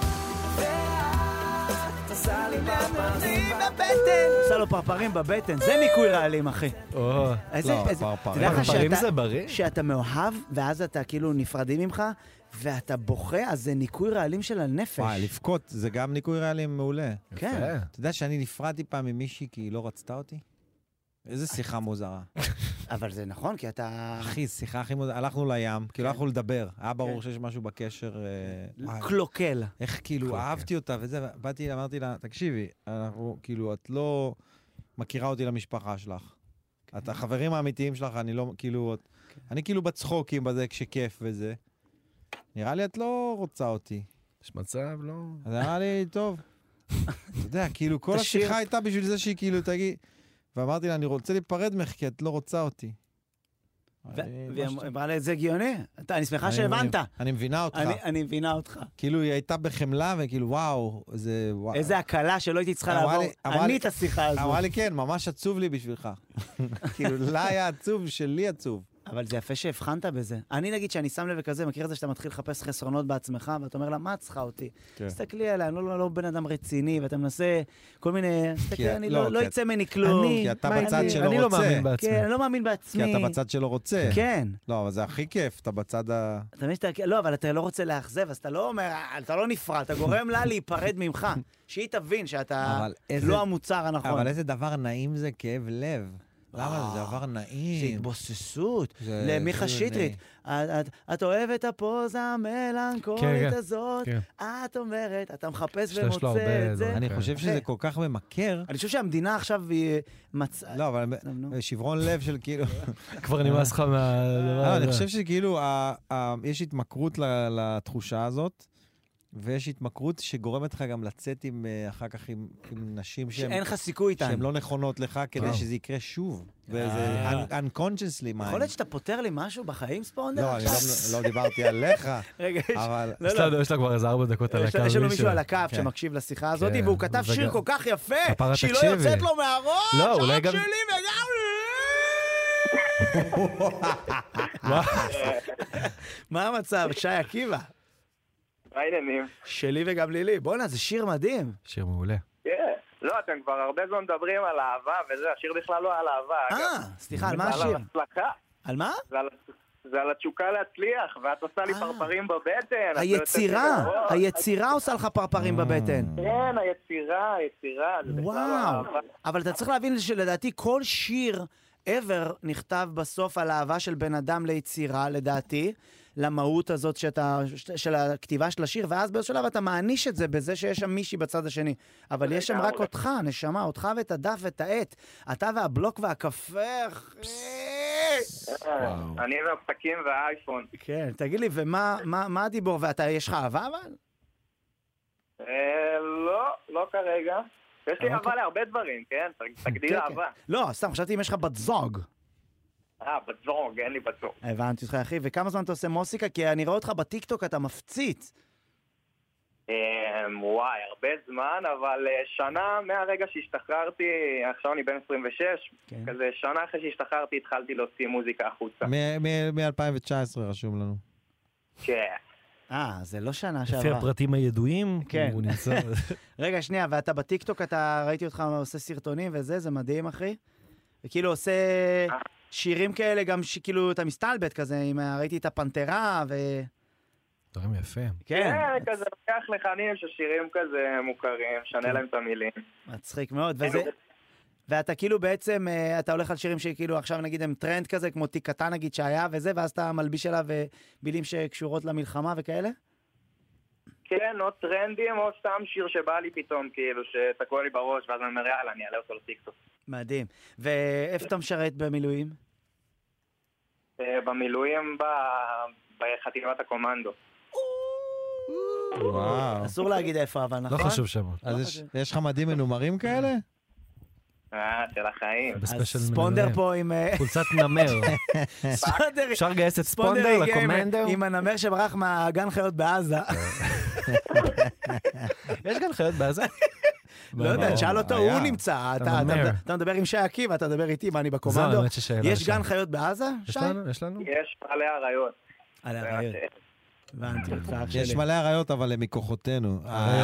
ואת עושה לי פרפרים בבטן, עושה לו פרפרים בבטן, זה ניקוי רעלים, אחי. פרפרים זה בריא? שאתה מאוהב ואז אתה כאילו נפרדים ממך ואתה בוכה, אז זה ניקוי רעלים של הנפש. וואי, לבכות זה גם ניקוי רעלים מעולה. כן. אתה יודע שאני נפרדתי פעם ממישהי כי היא לא רצתה אותי? איזה שיחה מוזרה. אבל זה נכון, כי אתה... אחי, שיחה הכי מוזרה. הלכנו לים, כאילו הלכנו לדבר. היה ברור שיש משהו בקשר... קלוקל. איך כאילו, אהבתי אותה וזה, באתי, אמרתי לה, תקשיבי, אנחנו, כאילו, את לא מכירה אותי למשפחה שלך. את החברים האמיתיים שלך, אני לא, כאילו, אני כאילו בצחוקים בזה כשכיף וזה. נראה לי את לא רוצה אותי. יש מצב, לא? אז נראה לי, טוב. אתה יודע, כאילו, כל השיחה הייתה בשביל זה שהיא כאילו תגיד... ואמרתי לה, אני רוצה להיפרד ממך, כי את לא רוצה אותי. והיא אמרה לה, זה הגיוני. אני שמחה שהבנת. אני מבינה אותך. אני מבינה אותך. כאילו, היא הייתה בחמלה, וכאילו, וואו, זה... איזה הקלה שלא הייתי צריכה לעבור. אני את השיחה הזו. אמרה לי, כן, ממש עצוב לי בשבילך. כאילו, לה היה עצוב, שלי עצוב. אבל זה יפה שהבחנת בזה. אני נגיד שאני שם לב וכזה, מכיר את זה שאתה מתחיל לחפש חסרונות בעצמך, ואתה אומר לה, מה את צריכה אותי? תסתכלי עליי, אני לא בן אדם רציני, ואתה מנסה כל מיני, תסתכלי, אני לא יצא ממני כלום. כי אתה בצד שלא רוצה. אני לא מאמין בעצמי. כן, אני לא מאמין בעצמי. כי אתה בצד שלא רוצה. כן. לא, אבל זה הכי כיף, אתה בצד לא, אבל אתה לא רוצה לאכזב, אז אתה לא אומר, אתה לא נפרד, אתה גורם לה להיפרד ממך, שהיא תבין שאתה לא המוצר הנכון. אבל איזה דבר נעים זה כאב לב. למה? זה דבר נעים. זה התבוססות. למיכה שטרית. את אוהבת את הפוזה המלנכולית הזאת, את אומרת, אתה מחפש ומוצא את זה. אני חושב שזה כל כך ממכר. אני חושב שהמדינה עכשיו היא מצאה... לא, אבל שברון לב של כאילו... כבר נמאס לך מהדבר הזה. אני חושב שכאילו, יש התמכרות לתחושה הזאת, ויש התמכרות שגורמת לך גם לצאת אחר כך עם נשים שאין לך סיכוי איתן. שהן לא נכונות לך כדי שזה יקרה שוב. וזה unconsciously. יכול להיות שאתה פותר לי משהו בחיים, ספונדר? לא, אני לא דיברתי עליך. רגע, יש לה כבר איזה 4 דקות על הקו. יש לנו מישהו על הקו שמקשיב לשיחה הזאת, והוא כתב שיר כל כך יפה, שהיא לא יוצאת לו מהראש, רק שלי וגם... מה המצב? שי עקיבא. מה העניינים? שלי וגם לילי. בוא'נה, זה שיר מדהים. שיר מעולה. כן. לא, אתם כבר הרבה זמן מדברים על אהבה, וזה, השיר בכלל לא על אהבה. סליחה, על מה השיר? על הצלחה. על מה? זה על התשוקה להצליח, ואת עושה לי פרפרים בבטן. היצירה עושה לך פרפרים בבטן. כן, היצירה. וואו. אבל אתה צריך להבין שלדעתי כל שיר ever נכתב בסוף על אהבה של בן אדם ליצירה, לדעתי. למהות הזאת של הכתיבה של השיר, ואז באיזשהו שלב אתה מעניש את זה בזה שיש שם מישהי בצד השני. אבל יש שם רק אותך, נשמה, אותך ואת הדף ואת העט. אתה והבלוק והקפה. אני והפתקים והאייפון. כן, תגיד לי, ומה הדיבור? ואתה, יש לך אהבה אבל? לא כרגע. יש לי אהבה להרבה דברים, כן? תגדיר אהבה. לא, סתם, חשבתי אם יש לך בת זוג. בת זוג, אין לי בת זוג. הבנתי אותך, אחי. וכמה זמן אתה עושה מוסיקה? כי אני רואה אותך בטיקטוק, אתה מפציץ. וואי, הרבה זמן, אבל שנה מהרגע שהשתחררתי, עכשיו אני בן 26, כזה שנה אחרי שהשתחררתי התחלתי להוציא מוזיקה החוצה. מ-2019 רשום לנו. כן. זה לא שנה שעברה. לפי הפרטים הידועים, כן. רגע, שנייה, ואתה בטיקטוק, ראיתי אותך עושה סרטונים וזה, זה מדהים, אחי. וכאילו עושה שירים כאלה, גם שכאילו אתה מסתלבט כזה, ראיתי את הפנתרה ו... דברים יפה. כן, כזה לוקח לחנים של שירים כזה מוכרים, שנה להם את המילים. מצחיק מאוד, ואתה כאילו בעצם, אתה הולך על שירים שכאילו עכשיו נגיד הם טרנד כזה, כמו תיק קטן נגיד שהיה וזה, ואז אתה מלביש עליו בילים שקשורות למלחמה וכאלה? כן, או טרנדים, או סתם שיר שבא לי פתאום, כאילו, שתקוע לי בראש, ואז אני אומר, יאללה, אני אעלה אותו לטיקטוק. מדהים. ואיפה אתה משרת במילואים? במילואים בחטיבת הקומנדו. וואו. אסור להגיד איפה, אבל נכון? לא חשוב שמות. אז יש לך מדים מנומרים כאלה? של החיים. ספונדר פה עם... חולצת נמר. אפשר לגייס את ספונדר לקומנדר? עם הנמר שברח מהגן חיות בעזה. יש גן חיות בעזה? לא יודע, תשאל אותו, הוא נמצא. אתה מדבר עם שי עקיבא, אתה מדבר איתי, מה אני בקומנדו? יש גן חיות בעזה, שי? יש לנו? יש מלא אריות. על אריות. הבנתי אותך, אח שלי. יש מלא אריות, אבל הם מכוחותינו.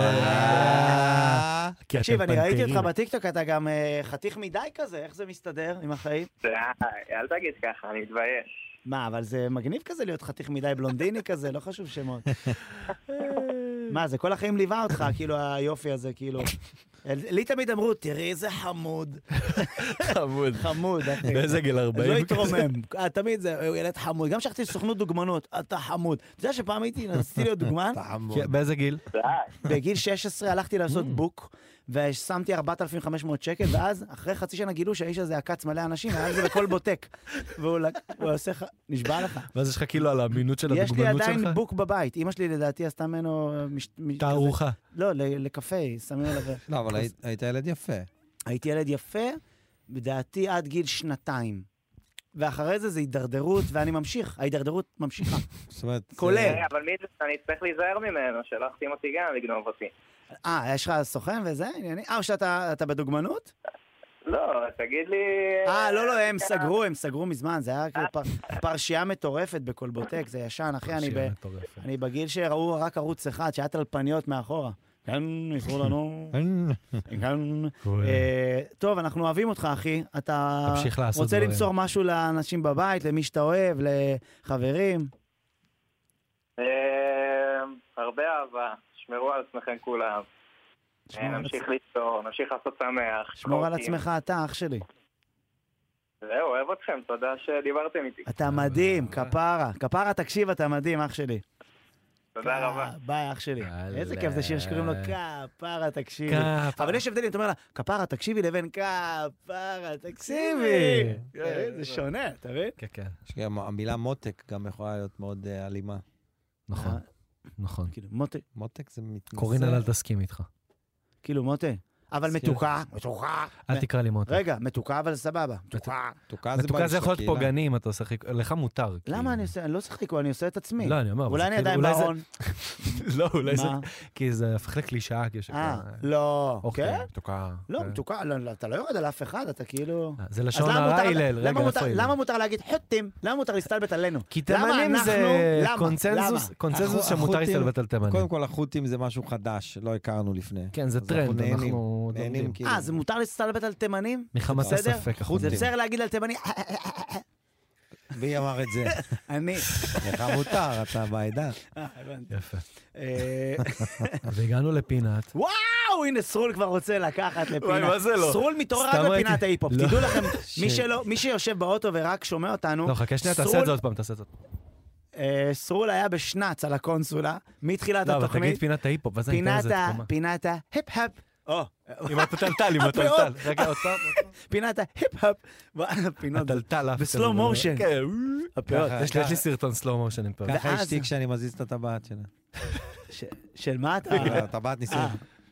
תקשיב, אני ראיתי אותך בטיקטוק, אתה גם חתיך מדי כזה, איך זה מסתדר עם החיים? אל תגיד ככה, אני מתבייש. מה, אבל זה מגניב כזה להיות חתיך מדי בלונדיני כזה, לא חשוב שמות. מה, זה כל החיים ליווה אותך, כאילו היופי הזה, כאילו... לי תמיד אמרו, תראי איזה חמוד. חמוד. חמוד, אחי. באיזה גיל 40? לא התרומם. תמיד זה, הוא ילד חמוד. גם שכתי סוכנות דוגמנות, אתה חמוד. אתה יודע שפעם רציתי להיות דוגמן? באיזה גיל? בגיל 16 הלכתי לעשות בוק, ושמתי 4,500 שקל, ואז אחרי חצי שנה גילו שהאיש הזה עקץ מלא אנשים, היה לזה בכל בוטק. והוא עושה לך, נשבע לך. ואז יש לך כאילו על האמינות של הדוגמנות שלך? יש לי עדיין בוק בבית. אמא שלי לדעתי עשתה ממנו... תערוכה. לא, לקפה, שמים עליו... לא, אבל היית ילד יפה. הייתי ילד יפה, בדעתי עד גיל 2. ואחרי זה הידרדרות, ואני ממשיך. ההידרדרות ממשיכה. זאת אומרת... כולל. אבל מי זה? אני צריך להיזהר ממנו, שלחתי אותי גם לגנוב אותי. יש לך סוכן וזה? או שאתה בדוגמנות? לא, תגיד לי... לא, הם סגרו מזמן, זה היה כאילו פרשייה מטורפת בקולבוטק, זה ישן, אחי, אני בגיל שראו רק ערוץ אחד, שהיה טלפניות מאחורה. כן, יפרו לנו. כן. טוב, אנחנו אוהבים אותך, אחי. אתה רוצה למסור משהו לאנשים בבית, למי שאתה אוהב, לחברים? הרבה אהבה, שמרו על עצמכם כולם. נמשיך ליצור, נמשיך לעשות שמח. שמור על עצמך, אתה אח שלי. זהו, אוהב אתכם, תודה שדיברתם איתי. אתה מדהים, כפרה. כפרה, תקשיב, אתה מדהים, אח שלי. תודה רבה. ביי, אח שלי. איזה כיף זה שיר שקוראים לו כפרה, תקשיבי. אבל יש הבדלים, אתה אומר לה, כפרה, תקשיבי, לבין כפרה, תקשיבי. זה שונה, אתה מבין? כן, כן. המילה מותק גם יכולה להיות מאוד אלימה. נכון, נכון. כאילו, מותק. מותק זה מתנשא. קורין אל תסכים איתך. כאילו, מותק. אבל מתוקה. אל תקרא לי מותק. רגע, מתוקה אבל סבבה. מתוקה זה יכול להיות פוגעני אם אתה עושה חיקו. לך מותר. למה אני עושה? אני לא עושה חיקו, אני עושה את עצמי. לא, אני אומר. אולי אני עדיין בארון. לא, אולי זה... כי זה הפך לקלישאה. לא. אוקיי, מתוקה. לא, מתוקה, אתה לא יורד על אף אחד, אתה כאילו... זה לשון הרע הלל. רגע, איפה הלל? למה מותר להגיד חוטים? למה מותר להסתלבט עלינו? כי תימנים זה קונצנזוס שמותר להסתלבט על תימנים. קודם כל, החוטים זה משהו חדש, לא הכרנו לפני. כן, זה טרנד, אנחנו... זה מותר להסתלבט על תימנים? מחמת הספק. זה בסדר להגיד על תימני? מי אמר את זה? אני. לך מותר, אתה בעדה. יפה. והגענו לפינת. וואו, הנה סרול כבר רוצה לקחת לפינה. מה זה לא? סרול מתעורר רק בפינת ההיפ-הופ. תדעו לכם, מי שיושב באוטו ורק שומע אותנו... לא, חכה שנייה, תעשה את זה עוד פעם, תעשה את זה. סרול היה בשנץ על הקונסולה, מתחילת התוכנית. לא, אבל תגיד פינת ההיפ-הופ, ואז אני אתן לזה תקומה. פינת ההיפ-הופ. עם הטלטל, עם הטלטל. רגע, עוד פעם. פינת ההיפ-הופ. הטלטל. בסלו מושן. יש לי סרטון סלו מושן עם פעם. ככה אשתי כשאני מזיז את הטבעת שלה. של מה אתה? הטבעת ניסיון.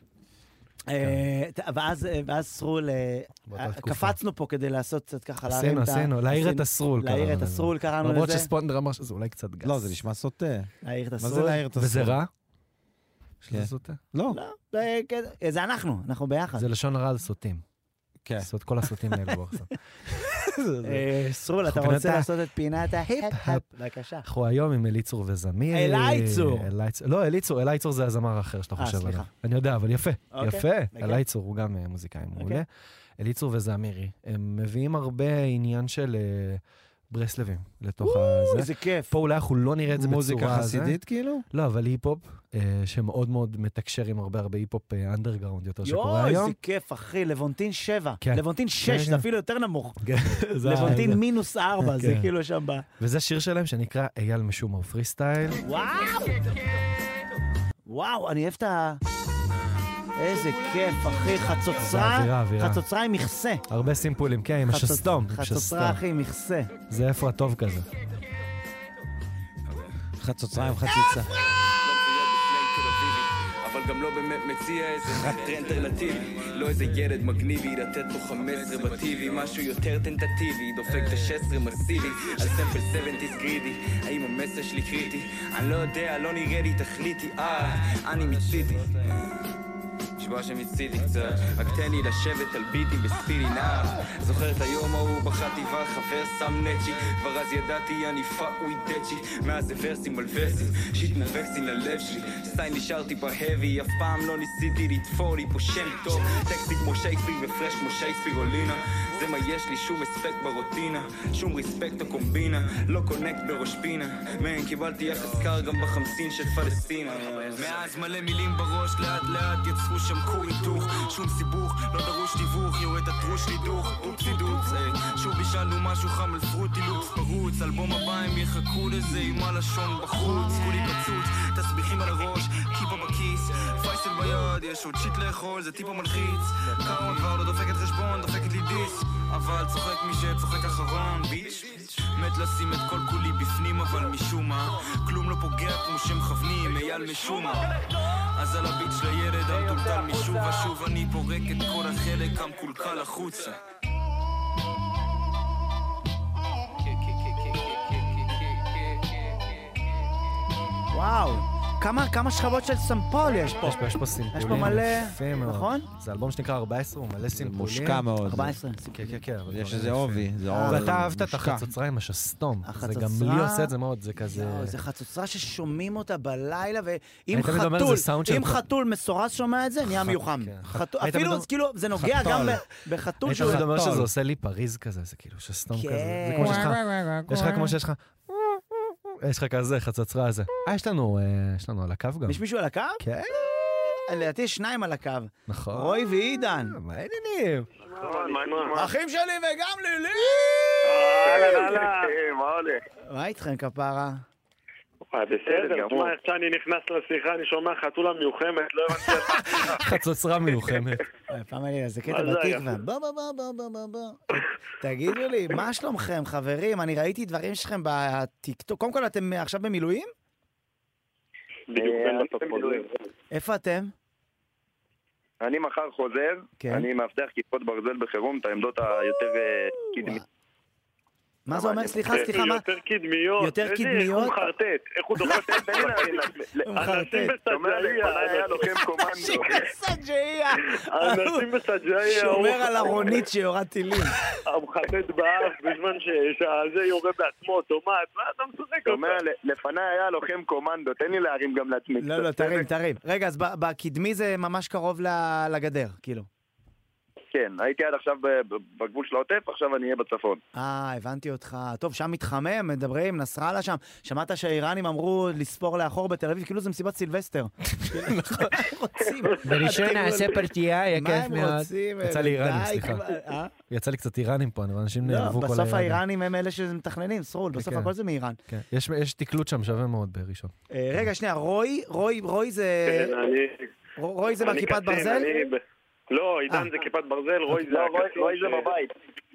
ואז סרול, קפצנו פה כדי לעשות קצת ככה, עשינו, להעיר את הסרול. להעיר את הסרול, קראנו לזה. למרות שספונדר אמר שזה אולי קצת גס. לא, זה נשמע סוטה. להעיר את מה זה הסרול. להעיר את הסרול? וזה רע? שזה סוטה? לא. זה אנחנו ביחד. זה לשון הרע על סוטים. כן. לעשות כל הסוטים האלו עכשיו. סרול, אתה רוצה לעשות את פינת ההיפ-הופ? בבקשה. אנחנו היום עם אליצור וזמיר. אלייצור. לא, אליצור זה הזמר האחר שאתה חושב עליו. אני יודע, אבל יפה. יפה. אלייצור הוא גם מוזיקאי מעולה. אליצור וזמירי. הם מביאים הרבה עניין של ברסלבים לתוך הזה. איזה כיף. פה אולי אנחנו לא נראה את זה בצורה הזה. מוזיקה חסידית כאילו? לא, אבל היפ-הופ, שמאוד מאוד מתקשר עם הרבה היפ-הופ אנדרגראונד יותר שקורה היום. איזה כיף, אחי, לבונטין 7. לבונטין 6, זה אפילו יותר נמוך. לבונטין -4, זה כאילו שם בא. וזה שיר שלהם שנקרא אייל משומר פרי סטייל. וואו, אני אוהב את ה... איזה כיף, אחי, חצוצרה עם מכסה. הרבה סימפולים, כן, עם השסתום. חצוצרה, אחי, עם מכסה. זה איפה הטוב כזה. חצוצרה עם חציצה. אבל גם לא באמת מציע איזה טרנד אלטרנטיבי, לא איזה ילד מגניבי, לתת לו 15 בטיבי, משהו יותר טנטטיבי, דופק את ה-16 מסיבי, על סמפל 70's גרידי, האם המסר שלי קריטי? אני לא יודע, לא נראה לי, תחליטי, אני מצידי. נשבע שמצידי קצת, רק תן לי לשבת על ביטים בספידי נער. זוכר את היום ההוא בחטיבה, חבר שם נצ'י, כבר אז ידעתי אני פאקווי דצ'י. מאז זה ורסים על ורסים, שיט מובקסים ללב שלי, סטיין נשארתי בהבי, אף פעם לא ניסיתי לתפור לי פה שם טוב. טקסטי כמו שייקספיר ופרש כמו שייקספיר או לינה, זה מה יש לי, שום אספקט ברוטינה, שום ריספקט או קומבינה, לא קונקט בראש פינה, מן קיבלתי יחס קר גם בחמסין של פלסטינה. מאז מלא מילים בראש, לאט לאט יצרו שם כור היתוך, שום סיבוך, לא דרוש תיווך, יורד התרוש לידוך, אופסי דוץ, שוב בישלנו משהו חם על פרוטי לוקס פרוץ, אלבום הבא הם יחכו לזה עם הלשון בחוץ, כולי פצוץ, תסביכים על הראש, כיפה בכיס, פייסל ביד, יש עוד שיט לאכול, זה טיפה מלחיץ, קאו כבר לא דופקת חשבון, דופקת לי דיס, אבל צוחק מי שצוחק אחרון, ביץ' מת לשים את כל כולי בפנים, אבל משום מה כלום לא פוגע כמו שמכוונים, אייל משום מה. אז על הביץ' לילד המטולטל משוב ושוב אני פורק את כל החלק המקולקל החוצה. וואו, כמה שכבות של סמפול יש פה. יש פה סימפולים. יש פה מלא, נכון? זה אלבום שנקרא 14, הוא מלא סימפולים. מושקע מאוד. 14. כן. יש איזה עובי. ואתה אהבת את החצוצרה עם השסתום. זה גם לי עושה את זה מאוד, זה כזה... זה חצוצרה ששומעים אותה בלילה, ואם חתול מסורס שומע את זה, נהיה מיוחם. אפילו, כאילו, זה נוגע גם בחתול שהוא... היית אומר שזה עושה לי פריז כזה, זה כאילו שסתום כזה. זה כמו יש לך כמו שיש לך... יש לך כזה, חצוצרה הזה. יש לנו על הקו גם. יש מישהו על הקו? כן. לדעתי יש שניים על הקו. נכון. רוי ועידן. מה העניינים? אחים שלי וגם לילי! מה עולה? מה איתכם כפרה? בסדר, תשמע, איך שאני נכנס לשיחה, אני שומע חתולה מיוחמת, לא הבנתי. חצוצרה מיוחמת. פעם היה לי איזה קטע בתקווה. בוא. תגידו לי, מה שלומכם, חברים? אני ראיתי דברים שלכם בטיקטוק. קודם כל, אתם עכשיו במילואים? בדיוק, במילואים. איפה אתם? אני מחר חוזר, אני מאבטח כיפות ברזל בחירום, את העמדות היותר קדמית. מה זה אומר? סליחה, מה? יותר קדמיות. יותר קדמיות? איך הוא מחרטט? איך הוא דוחף? אנשים בסג'איה. היה לוחם קומנדו. אנשים בסג'איה. שומר על הרונית שיורד טילים. הוא מחרטט באף בזמן שזה יורה בעצמו אוטומט. מה אתה משחק אותה? אומר, לפניי היה לוחם קומנדו. תן לי להרים גם לעצמי. לא, תרים. רגע, אז בקדמי זה ממש קרוב לגדר, כאילו. כן, הייתי עד עכשיו בגבול של העוטף, עכשיו אני אהיה בצפון. הבנתי אותך. טוב, שם מתחמם, מדברים, נסראללה שם. שמעת שהאיראנים אמרו לספור לאחור בתל אביב, כאילו זה מסיבת סילבסטר. נכון. בראשון נעשה פרטייה, היה כיף מאוד. מה הם רוצים? יצא לי איראנים, סליחה. יצא לי קצת איראנים פה, אנשים נעלבו כל האיראנים. בסוף האיראנים הם אלה שמתכננים, סרול, בסוף הכל זה מאיראן. יש תקלות שם שווה מאוד בראשון. רגע, שנייה, רוי זה... רוי זה בכיפת ברזל? לא, עידן זה כיפת ברזל, רוי זה הקצין. רוי זה בבית.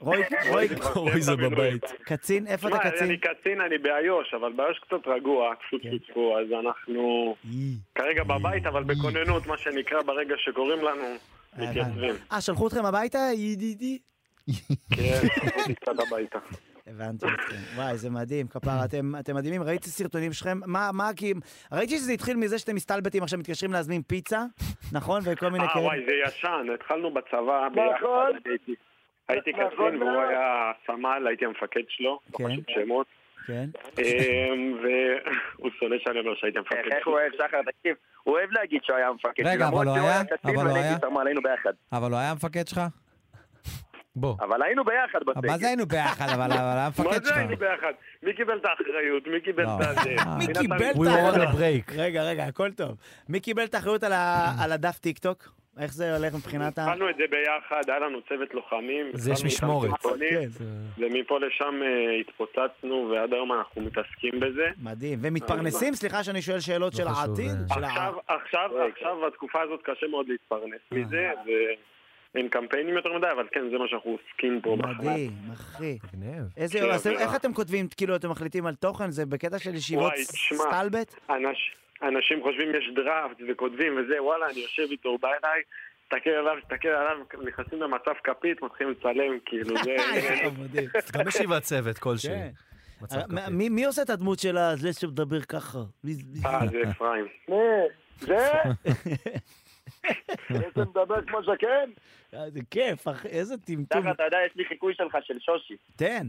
רוי זה בבית. קצין, איפה אתה קצין? אני קצין, אני באיו"ש, אבל באיו"ש קצת רגוע, אז אנחנו כרגע בבית, אבל בכוננות, מה שנקרא, ברגע שקוראים לנו, מתייצבים. שלחו אתכם הביתה, ידידי? כן, קצת הביתה. הבנתי אתכם. וואי, זה מדהים, כפרה, אתם מדהימים. ראיתי סרטונים שלכם, מה, כי... ראיתי שזה התחיל מזה שאתם מסתלבטים, עכשיו מתקשרים להזמין פיצה, נכון? וכל מיני כאלה. וואי, זה ישן, התחלנו בצבא ביחד. הייתי קצין והוא היה סמל, הייתי המפקד שלו, לא חשוב שמות. כן. והוא שונא שאני אומר שהייתי המפקד שלו. איך הוא אוהב שחר, תקשיב, הוא אוהב להגיד שהוא היה המפקד שלו. רגע, אבל הוא היה? אבל הוא היה המפקד שלך? בוא. אבל היינו ביחד בסגל. מה זה היינו ביחד? אבל המפקד שלך. מה זה היינו ביחד? מי קיבל את האחריות? מי קיבל את זה? מי קיבל את האחריות? רגע, הכל טוב. מי קיבל את האחריות על הדף טיקטוק? איך זה הולך מבחינת ה... התחלנו את זה ביחד, היה לנו צוות לוחמים. זה יש משמורת. ומפה לשם התפוצצנו, ועד היום אנחנו מתעסקים בזה. מדהים. ומתפרנסים? סליחה שאני שואל שאלות של העתיד. עכשיו, התקופה הזאת קשה מאוד להתפרנס מזה, אין קמפיינים יותר מדי, אבל כן, זה מה שאנחנו עוסקים פה. מדהים, אחי. איך אתם כותבים, כאילו אתם מחליטים על תוכן? זה בקטע של ישיבות סטלבט? אנשים חושבים יש דראפט וכותבים וזה, וואלה, אני יושב איתו, בא אליי, תסתכל עליו, נכנסים למצב כפית, מתחילים לצלם, כאילו זה... גם ישיבת צוות כלשהי. מי עושה את הדמות של זה שמדבר ככה? זה אפרים. זה? איזה מדבר כמו זקן? זה כיף, איזה טמטום. ככה, אתה יודע, יש לי חיקוי שלך של שושי. תן.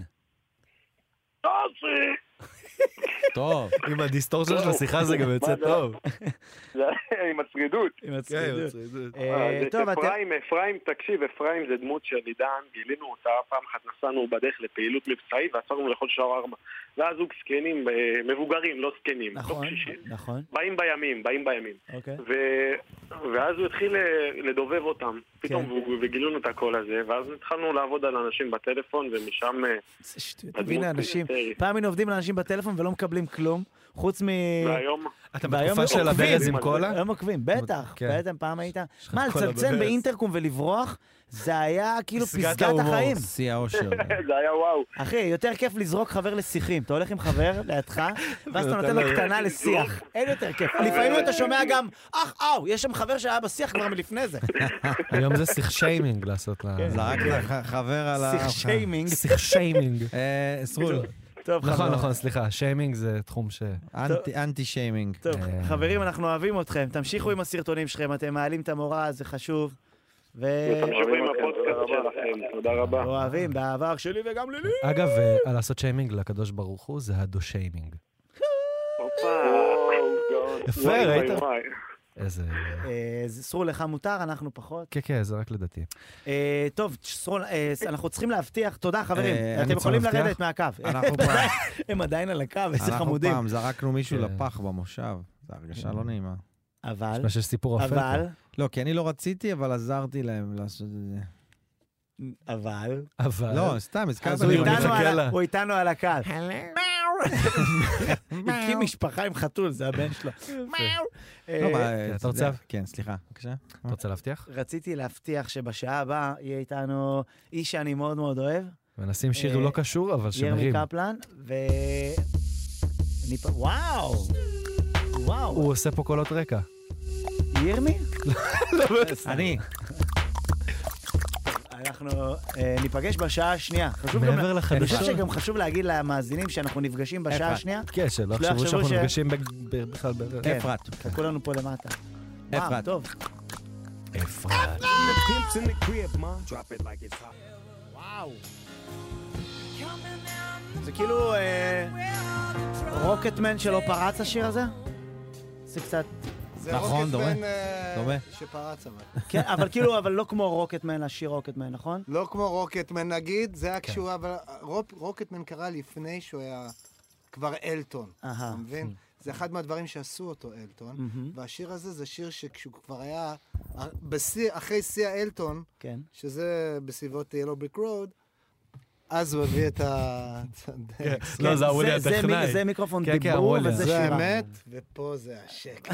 שושי! טוב, עם הדיסטורשן של השיחה זה גם יוצא טוב. עם הצרידות. טוב, אפרים, תקשיב, אפרים זה דמות של עידן, גילינו אותה, פעם אחת נסענו בדרך לפעילות מבצעית, ועצרנו לכל שעה 4. ואז הוא סקנים, מבוגרים, לא סקנים. נכון. באים בימים. ואז הוא התחיל לדובב אותם, פתאום, וגילינו את הקול הזה, ואז התחלנו לעבוד על אנשים בטלפון, ומשם... זה שטויות, תבין האנשים, פעם היינו עובדים לאנשים בטלפון ולא מקבלים כלום, חוץ מ... והיום... אתה בתקופה של הברז עם קולה? היום עוקבים, בטח, בעצם פעם היית... מה, לצלצל באינטרקום ולברוח? זה היה כאילו פסגת החיים. שיא האושר. זה היה וואו. אחי, יותר כיף לזרוק חבר לשיחים. אתה הולך עם חבר לידך, ואז אתה נותן לו קטנה לשיח. אין יותר כיף. לפעמים אתה שומע גם, יש שם חבר שהיה בשיח כבר מלפני זה. היום זה שיח שיימינג לעשות לה... זרק לך חבר על ה... שיח שיימינג. שיח שיימינג. סרול. נכון, סליחה, שיימינג זה תחום ש... אנטי שיימינג. טוב, חברים, אנחנו אוהבים אתכם, תמשיכו עם הסרטונים שלכם, אתם מעלים את המורה, זה חשוב. ותמשיכו עם הפודקאסט שלכם, תודה רבה. אוהבים, בעבר שלי וגם לילי. אגב, לעשות שיימינג לקדוש ברוך הוא, זה הדו שיימינג. יפה, ראית? איזה... סרול, לך מותר, אנחנו פחות. כן, זה רק לדעתי. טוב, סרול, אנחנו צריכים להבטיח, תודה חברים, אתם יכולים לרדת מהקו. הם עדיין על הקו, איזה חמודים. אנחנו פעם זרקנו מישהו לפח במושב, זו הרגשה לא נעימה. אבל... יש סיפור אפל. אבל... לא, כי אני לא רציתי, אבל עזרתי להם לעשות את זה. אבל... לא, סתם, הוא איתנו על הקו. הקים משפחה עם חתול, זה הבן שלו. אתה רוצה? כן, סליחה, בבקשה. אתה רוצה להבטיח? רציתי להבטיח שבשעה הבאה יהיה איתנו איש שאני מאוד מאוד אוהב. ונשים שיר לא קשור, אבל שמרים. ירמי קפלן, וואו! הוא עושה פה קולות רקע. ירמי? אני. אנחנו ניפגש בשעה השנייה. מעבר לחדשות. אני חושב שגם חשוב להגיד למאזינים שאנחנו נפגשים בשעה השנייה. כן, שלא חשבו שאנחנו נפגשים בכלל אפרת. חכו לנו פה למטה. וואו, טוב. אפרת. וואו. זה כאילו רוקטמן שלא פרץ השיר הזה? זה קצת... נכון, דומה. שפרץ אבל. כן, אבל כאילו, אבל לא כמו רוקטמן, השיר רוקטמן, נכון? לא כמו רוקטמן נגיד, זה היה כשהוא, אבל רוקטמן קרה לפני שהוא היה כבר אלטון, אתה מבין? זה אחד מהדברים שעשו אותו אלטון, והשיר הזה זה שיר שכשהוא כבר היה, אחרי שיא האלטון, שזה בסביבות ילו בריק רוד, אז הוא הביא את ה... לא, זה הוולי הטכנאי. זה מיקרופון דיבור וזה שירה. זה האמת, ופה זה השקע.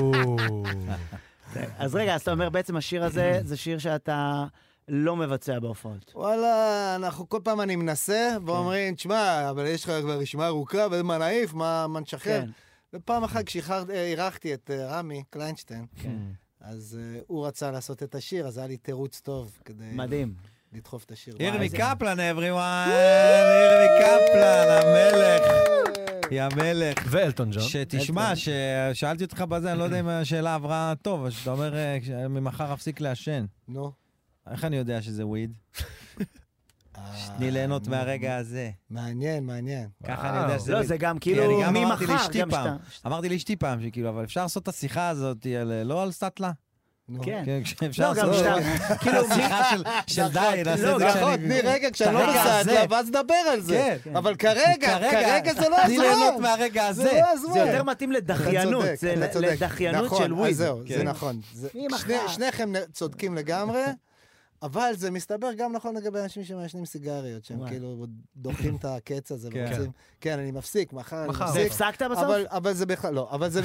אז רגע, אז אתה אומר בעצם השיר הזה זה שיר שאתה לא מבצע בהופעות. וואלה, אנחנו כל פעם אני מנסה, ואומרים, תשמע, אבל יש לך כבר רשימה ארוכה, וזה מה נעיף, מה נשחרר. ופעם אחת כשאירחתי את רמי קליינשטיין, אז הוא רצה לעשות את השיר, אז היה לי תירוץ טוב כדי... מדהים. לדחוף את השיר. ירמי קפלן, everyone! ירמי קפלן, המלך! היא המלך. ואלטון ג'ון. שתשמע, ששאלתי אותך בזה, אני לא יודע אם השאלה עברה טוב, אז אתה אומר, ממחר אפסיק לעשן. נו. איך אני יודע שזה וויד? תני ליהנות מהרגע הזה. מעניין. ככה אני יודע שזה... לא, זה גם כאילו ממחר. אמרתי לאשתי פעם, שכאילו, אבל אפשר לעשות את השיחה הזאת, לא על סטטלה? כן. אפשר לעשות כאילו שיחה של די, נעשה את זה נכון, תני רגע כשאני לא בסטטלה, ואז נדבר על זה. אבל כרגע זה לא תני ליהנות מהרגע הזה. זה יותר מתאים לדחיינות, זה לדחיינות של וויד. זהו, זה נכון. שניכם צודקים לגמרי. אבל זה מסתבר גם נכון לגבי אנשים שמעשנים סיגריות, שהם כאילו דוחים את הקץ הזה ורוצים... כן, אני מפסיק, מחר אני מפסיק. זה הפסקת בסוף? אבל זה בכלל, לא, אבל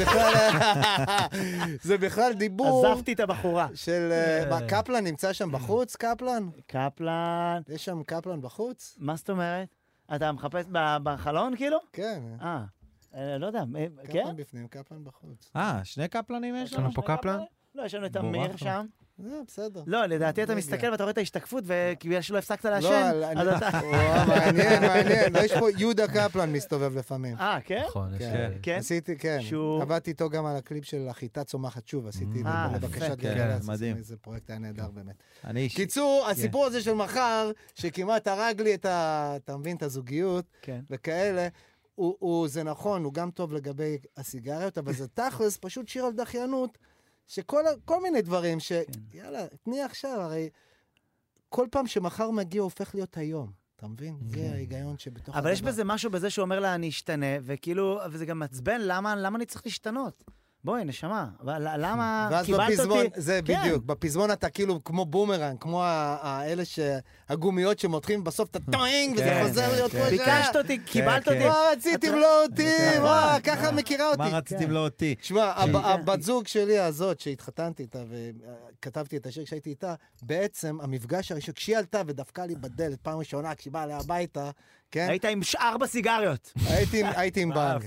זה בכלל דיבור... עזבתי את הבחורה. של... קפלן נמצא שם בחוץ, קפלן? קפלן... יש שם קפלן בחוץ? מה זאת אומרת? אתה מחפש בחלון כאילו? כן. לא יודע, כן? קפלן בפנים, קפלן בחוץ. שני קפלנים יש לנו? יש לנו פה קפלן? לא, יש לנו את אמיר שם. זה בסדר. לא, לדעתי אתה מסתכל ואתה רואה את ההשתקפות, וכביה שלא הפסקת לעשן, אז אתה... מעניין. יש פה יהודה קפלן מסתובב לפעמים. כן? נכון, כן. עשיתי, כן. עבדתי איתו גם על הקליפ של החיטה צומחת שוב, עשיתי לבקשת גלגלצ. מדהים. איזה פרויקט היה נהדר באמת. קיצור, הסיפור הזה של מחר, שכמעט הרג לי את אתה מבין, את הזוגיות, וכאלה, זה נכון, הוא גם טוב לגבי הסיגריות, אבל זה תכלס פשוט שיר על דחיינות, שכל מיני דברים יאללה, תני עכשיו, הרי כל פעם שמחר מגיע הופך להיות היום, אתה מבין? זה ההיגיון שבתוך אבל יש בזה משהו בזה שאומר לה, אני אשתנה, וכאילו, וזה גם מעצבן, למה אני צריך להשתנות? בואי, נשמה, למה קיבלת אותי? זה בדיוק, בפזמון אתה כאילו כמו בומרנג, כמו האלה הגומיות שמותחים בסוף את הטוינג, וזה חוזר להיות כמו ביקשת אותי, קיבלת אותי. מה רציתם לא אותי? ככה מכירה אותי. מה רציתם לא אותי? שמע, הבת זוג שלי הזאת, שהתחתנתי איתה וכתבתי את השיר כשהייתי איתה, בעצם המפגש הראשון, כשהיא עלתה ודפקה לי בדלת פעם ראשונה, כשהיא באה לה הביתה, כן? היית עם 4 סיגריות. הייתי עם בנג.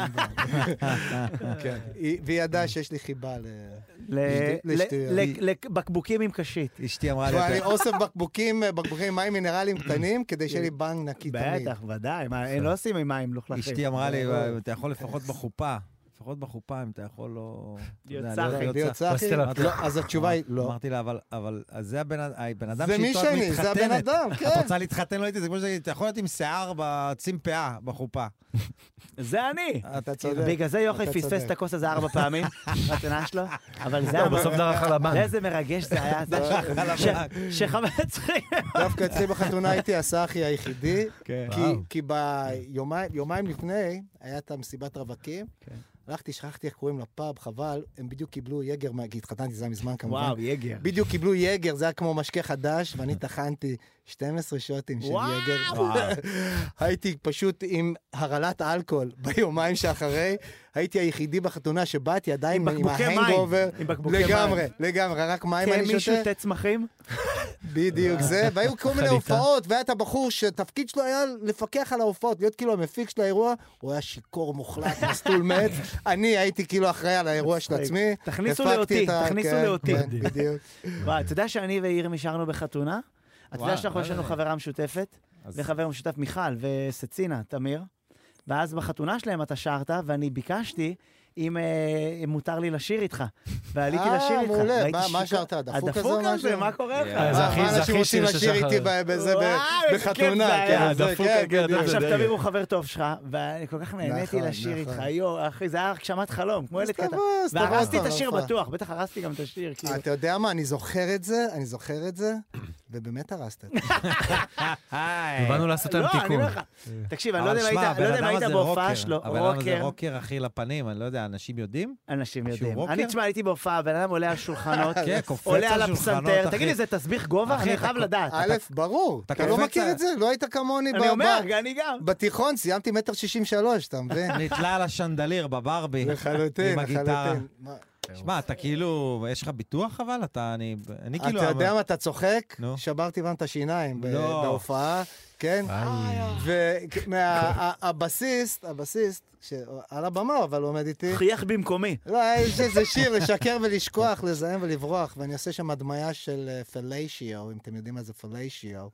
והיא ידעה שיש לי חיבה לבקבוקים עם קשית. אשתי אמרה לי... אני אוסף בקבוקים מים מינרליים קטנים, כדי שיהיה לי בנג נקי תמיד. בטח, ודאי. הם לא עושים עם מים לוכלכים. אשתי אמרה לי, אתה יכול לפחות בחופה. לפחות בחופה, אם אתה יכול לא... להיות צחי? אז התשובה היא לא. אמרתי לה, אבל זה הבן אדם זה מי שני, זה הבן אדם, כן. את רוצה להתחתן, לא הייתי, זה כמו שזה, אתה יכול להיות עם שיער בצים פאה, בחופה. זה אני. אתה צודק. בגלל זה יוחאי פספס את הכוס הזה 4 פעמים, בתנה שלו, אבל זה... בסוף דרך על הבנק. איזה מרגש זה היה, שחמץ... דווקא אצלי בחתונה הייתי הסאחי היחידי, כי ביומיים לפני הייתה מסיבת רווקים, הלכתי, שכחתי איך קוראים לפאב, חבל, הם בדיוק קיבלו יגר, התחתנתי זה מזמן כמובן. וואו, יגר. בדיוק קיבלו יגר, זה היה כמו משקה חדש, ואני טחנתי 12 שוטים של יגר. הייתי פשוט עם הרעלת אלכוהול ביומיים שאחרי, הייתי היחידי בחתונה שבאתי עדיין עם ההנגאובר. לגמרי, רק מים אני שותה. כן, מישהו תצמחים? בדיוק זה, והיו כל מיני הופעות, והיה את הבחור שתפקיד שלו היה לפקח על ההופעות, להיות כאילו המפיק של האירוע, הוא היה שיקור מוחלט, מסטול מת, אני הייתי כאילו אחראי על האירוע של עצמי. תכניסו לאותי. כן, בדיוק. וואי, אתה יודע שאני ואיר נשארנו בחתונה? אתה יודע שאנחנו יש לנו חברה משותפת, וחבר משותף מיכל וסצינה, תמיר, ואז בחתונה שלהם אתה שרת, ואני ביקשתי אם מותר לי לשיר איתך. ועליתי לשיר איתך. מעולה. מה שרת? הדפוק הזה? מה קורה לך? מה אנשים רוצים לשיר איתי בחתונה? עכשיו תמיר הוא חבר טוב שלך, ואני כל כך נהניתי לשיר איתך. אחי, זה היה הגשמת חלום, כמו ילד קטן. והרסתי את השיר בטוח, בטח הרסתי גם את השיר. אתה יודע מה? אני זוכר את זה, ובאמת הרסת את זה. באנו לעשות להם תיקון. תקשיב, אני לא יודע אם היית בהופעה שלו, רוקר. זה רוקר הכי לפנים, אני לא יודע, אנשים יודעים? אנשים יודעים. אני תשמע, הייתי בהופעה, בן אדם עולה על שולחנות, עולה על הפסנתר, תגיד לי, זה תסביך גובה? אני חייב לדעת. א', ברור. אתה לא מכיר את זה? לא היית כמוני. אני אומר, אני גם. בתיכון סיימתי 1.63 מטר, אתה מבין? נתלה על השנדליר בברבי. לחלוטין. שמע, אתה כאילו, יש לך ביטוח אבל? אתה כאילו... אתה יודע מה, אתה צוחק? שברתי פעם את השיניים בהופעה, כן? והבסיסט, על הבמה, אבל הוא עומד איתי. חייך במקומי. לא, זה שיר, לשקר ולשכוח, לזהם ולברוח, ואני עושה שם הדמיה של פליישיו, אם אתם יודעים מה זה פליישיו.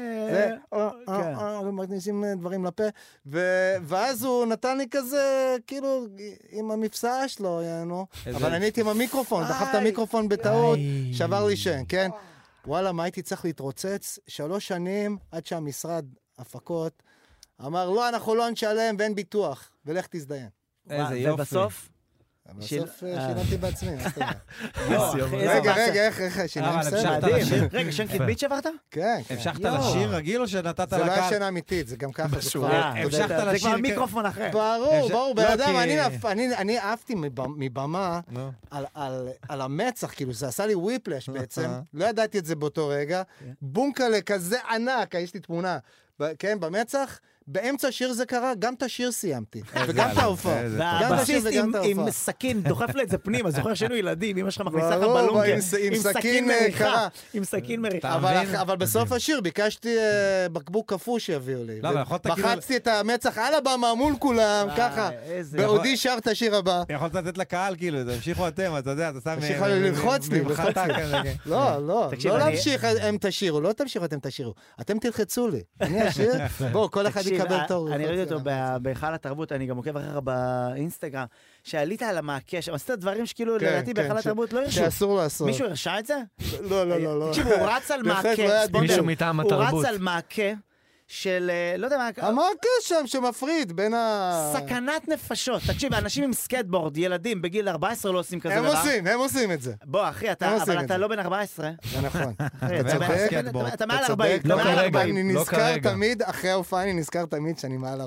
מכניסים דברים לפה, ואז הוא נתן לי כזה, כאילו, עם המפסעה שלו, אבל אני הייתי עם המיקרופון, דחף את המיקרופון בטעות, שבר לי שם, כן? וואלה, מה הייתי צריך להתרוצץ? 3 שנים עד שהמשרד הפקות אמר, לא, אנחנו לא נשלם ואין ביטוח, ולך תזדיין. איזה יופי. ובסוף? בסוף שילמתי בעצמי, מה זאת אומרת? רגע, איך שילם בסדר? רגע, שנקית ביט שברת? כן. המשכת לשיר רגיל או שנתת לקהל? זה לא היה שנה אמיתית, זה גם ככה. המשכת לשיר. זה כבר מיקרופון אחר. ברור, בן אדם, אני עפתי מבמה על המצח, כאילו זה עשה לי וויפלש בעצם, לא ידעתי את זה באותו רגע, בונקלה כזה ענק, יש לי תמונה, כן, במצח, באמצע השיר זה קרה, גם את השיר סיימתי, וגם את ההופעה. והבסיסט עם סכין, דוחף לה את זה פנימה, זוכר שהיינו ילדים, אמא שלך מכניסה לך בלונגר, עם סכין מריחה. עם סכין מריחה. אבל בסוף השיר ביקשתי בקבוק קפוא שיביאו לי. בחצתי את המצח על הבמה מול כולם, ככה, בעודי שר את השיר הבא. יכולת לתת לקהל, כאילו, תמשיכו אתם, אתה יודע, אתה שם... תמשיכו ללחוץ לי. לא להמשיך, הם תשירו, לא תמשיכו, אתם תשירו. אתם תלחצו לי. אני אשיר, בואו, כל אחד יקבל תור. אני ראיתי אותו בהיכל התרבות, אני גם עוקב אחריך באינסטגרם, שעלית על המעקה, עשית דברים שכאילו לדעתי בהיכל התרבות לא הרשו. שאסור לעשות. מישהו הרשה את זה? לא. תקשיב, הוא רץ על מעקה, מישהו מטעם התרבות. הוא רץ על מעקה של, לא יודע מה... המעקה שם שמפריד בין סכנת נפשות. תקשיב, אנשים עם סקטבורד, ילדים בגיל 14 לא עושים כזה דבר. הם עושים את זה. בוא, אחי, אבל אתה לא בן 14. זה נכון. אתה מעל 40. לא כרגע. אני נזכר תמיד, אחרי ההופעה אני נזכר תמיד שאני מעל 40.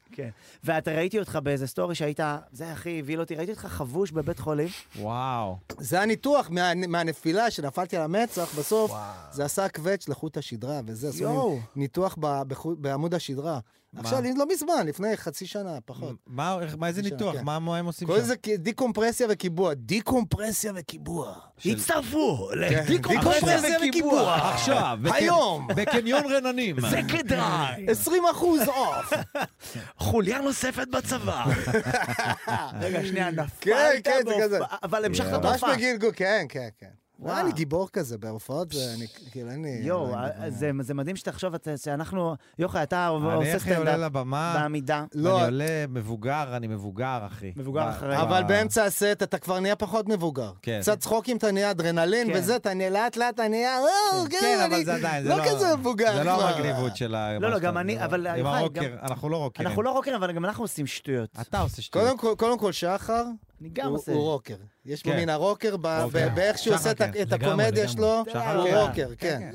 כן. ואתה ראיתי אותך באיזה סטורי שהיית, זה הכי הביל אותי, ראיתי אותך חבוש בבית חולים. וואו. זה הניתוח מהנפילה שנפלתי על המצח, בסוף זה עשה קווץ' לחוט השדרה, וזה עשו ניתוח בעמוד השדרה. עכשיו, לא מזמן, לפני חצי שנה, פחות. מה, איזה ניתוח? מה הם עושים שם? כל זה דיקומפרסיה וקיבוע. דיקומפרסיה וקיבוע. הצטרפו לדיקומפרסיה וקיבוע. עכשיו. היום. בקניון רננים. זה כדאי. 20% אוף. חוליה נוספת בצבא. רגע, שנייה, נפלת בהופעה. אבל המשכת בהופעה. ממש בגילגול, כן. אני גיבור כזה, בהופעות זה, אני כאילו, אין לי... יואו, זה מדהים שתחשוב שאנחנו... יוחאי, אתה עושה סטנדאפ. אני עולה לבמה, בעמידה. אני עולה מבוגר, אני מבוגר, אחי. מבוגר אחרי. אבל באמצע הסט אתה כבר נהיה פחות מבוגר. קצת צחוקים, אתה נהיה אדרנלין וזה, אתה נהיה לאט לאט, אתה נהיה... כן, אבל זה עדיין, לא כזה מבוגר. זה לא המגניבות של... לא, גם אני, אבל... עם הרוקר, אנחנו לא רוקרים. אנחנו לא רוקרים, אבל גם אנחנו עושים שטויות. אתה עושה שטויות. קודם כל שחר, הוא רוקר. יש בו מן הרוקר, באיך שהוא עושה את הקומדיה שלו, הוא רוקר, כן.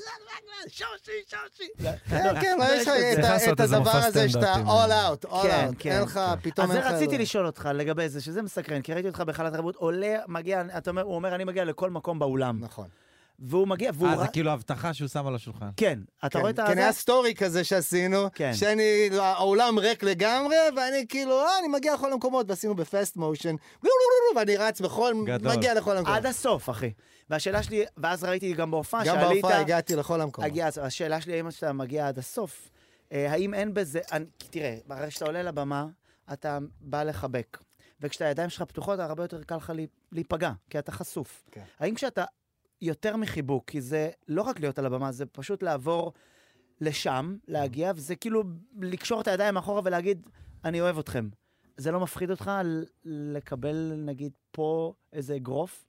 שושי. כן, יש את הדבר הזה שאתה all out, אין לך, פתאום אין לך... אז זה רציתי לשאול אותך לגבי זה, שזה מסקרן, כי ראיתי אותך בהיכל התרבות, עולה, מגיע, הוא אומר, אני מגיע לכל מקום באולם. נכון. והוא מגיע, זה כאילו הבטחה שהוא שם על השולחן. כן, אתה רואה את זה? כן, היה סטורי כזה שעשינו, שהאולם ריק לגמרי, ואני כאילו, אני מגיע לכל המקומות, ועשינו בפסט מושן, ואני רץ מגיע לכל המקומות. עד הסוף, אחי. והשאלה שלי, ואז ראיתי גם בהופעה, גם בהופעה הגעתי לכל המקומות. השאלה שלי, האם שאתה מגיע עד הסוף, האם אין בזה, תראה, ברגע שאתה עולה לבמה, אתה בא לחבק, וכשאתה הידיים שלך פתוחות, הרבה יותר קל לך להיפגע, כי אתה חשוף. האם כשאתה יותר מחיבוק, כי זה לא רק להיות על הבמה, זה פשוט לעבור לשם, להגיע, וזה כאילו לקשור את הידיים מאחורה ולהגיד, אני אוהב אתכם. זה לא מפחיד אותך לקבל, נגיד, פה איזה אגרוף?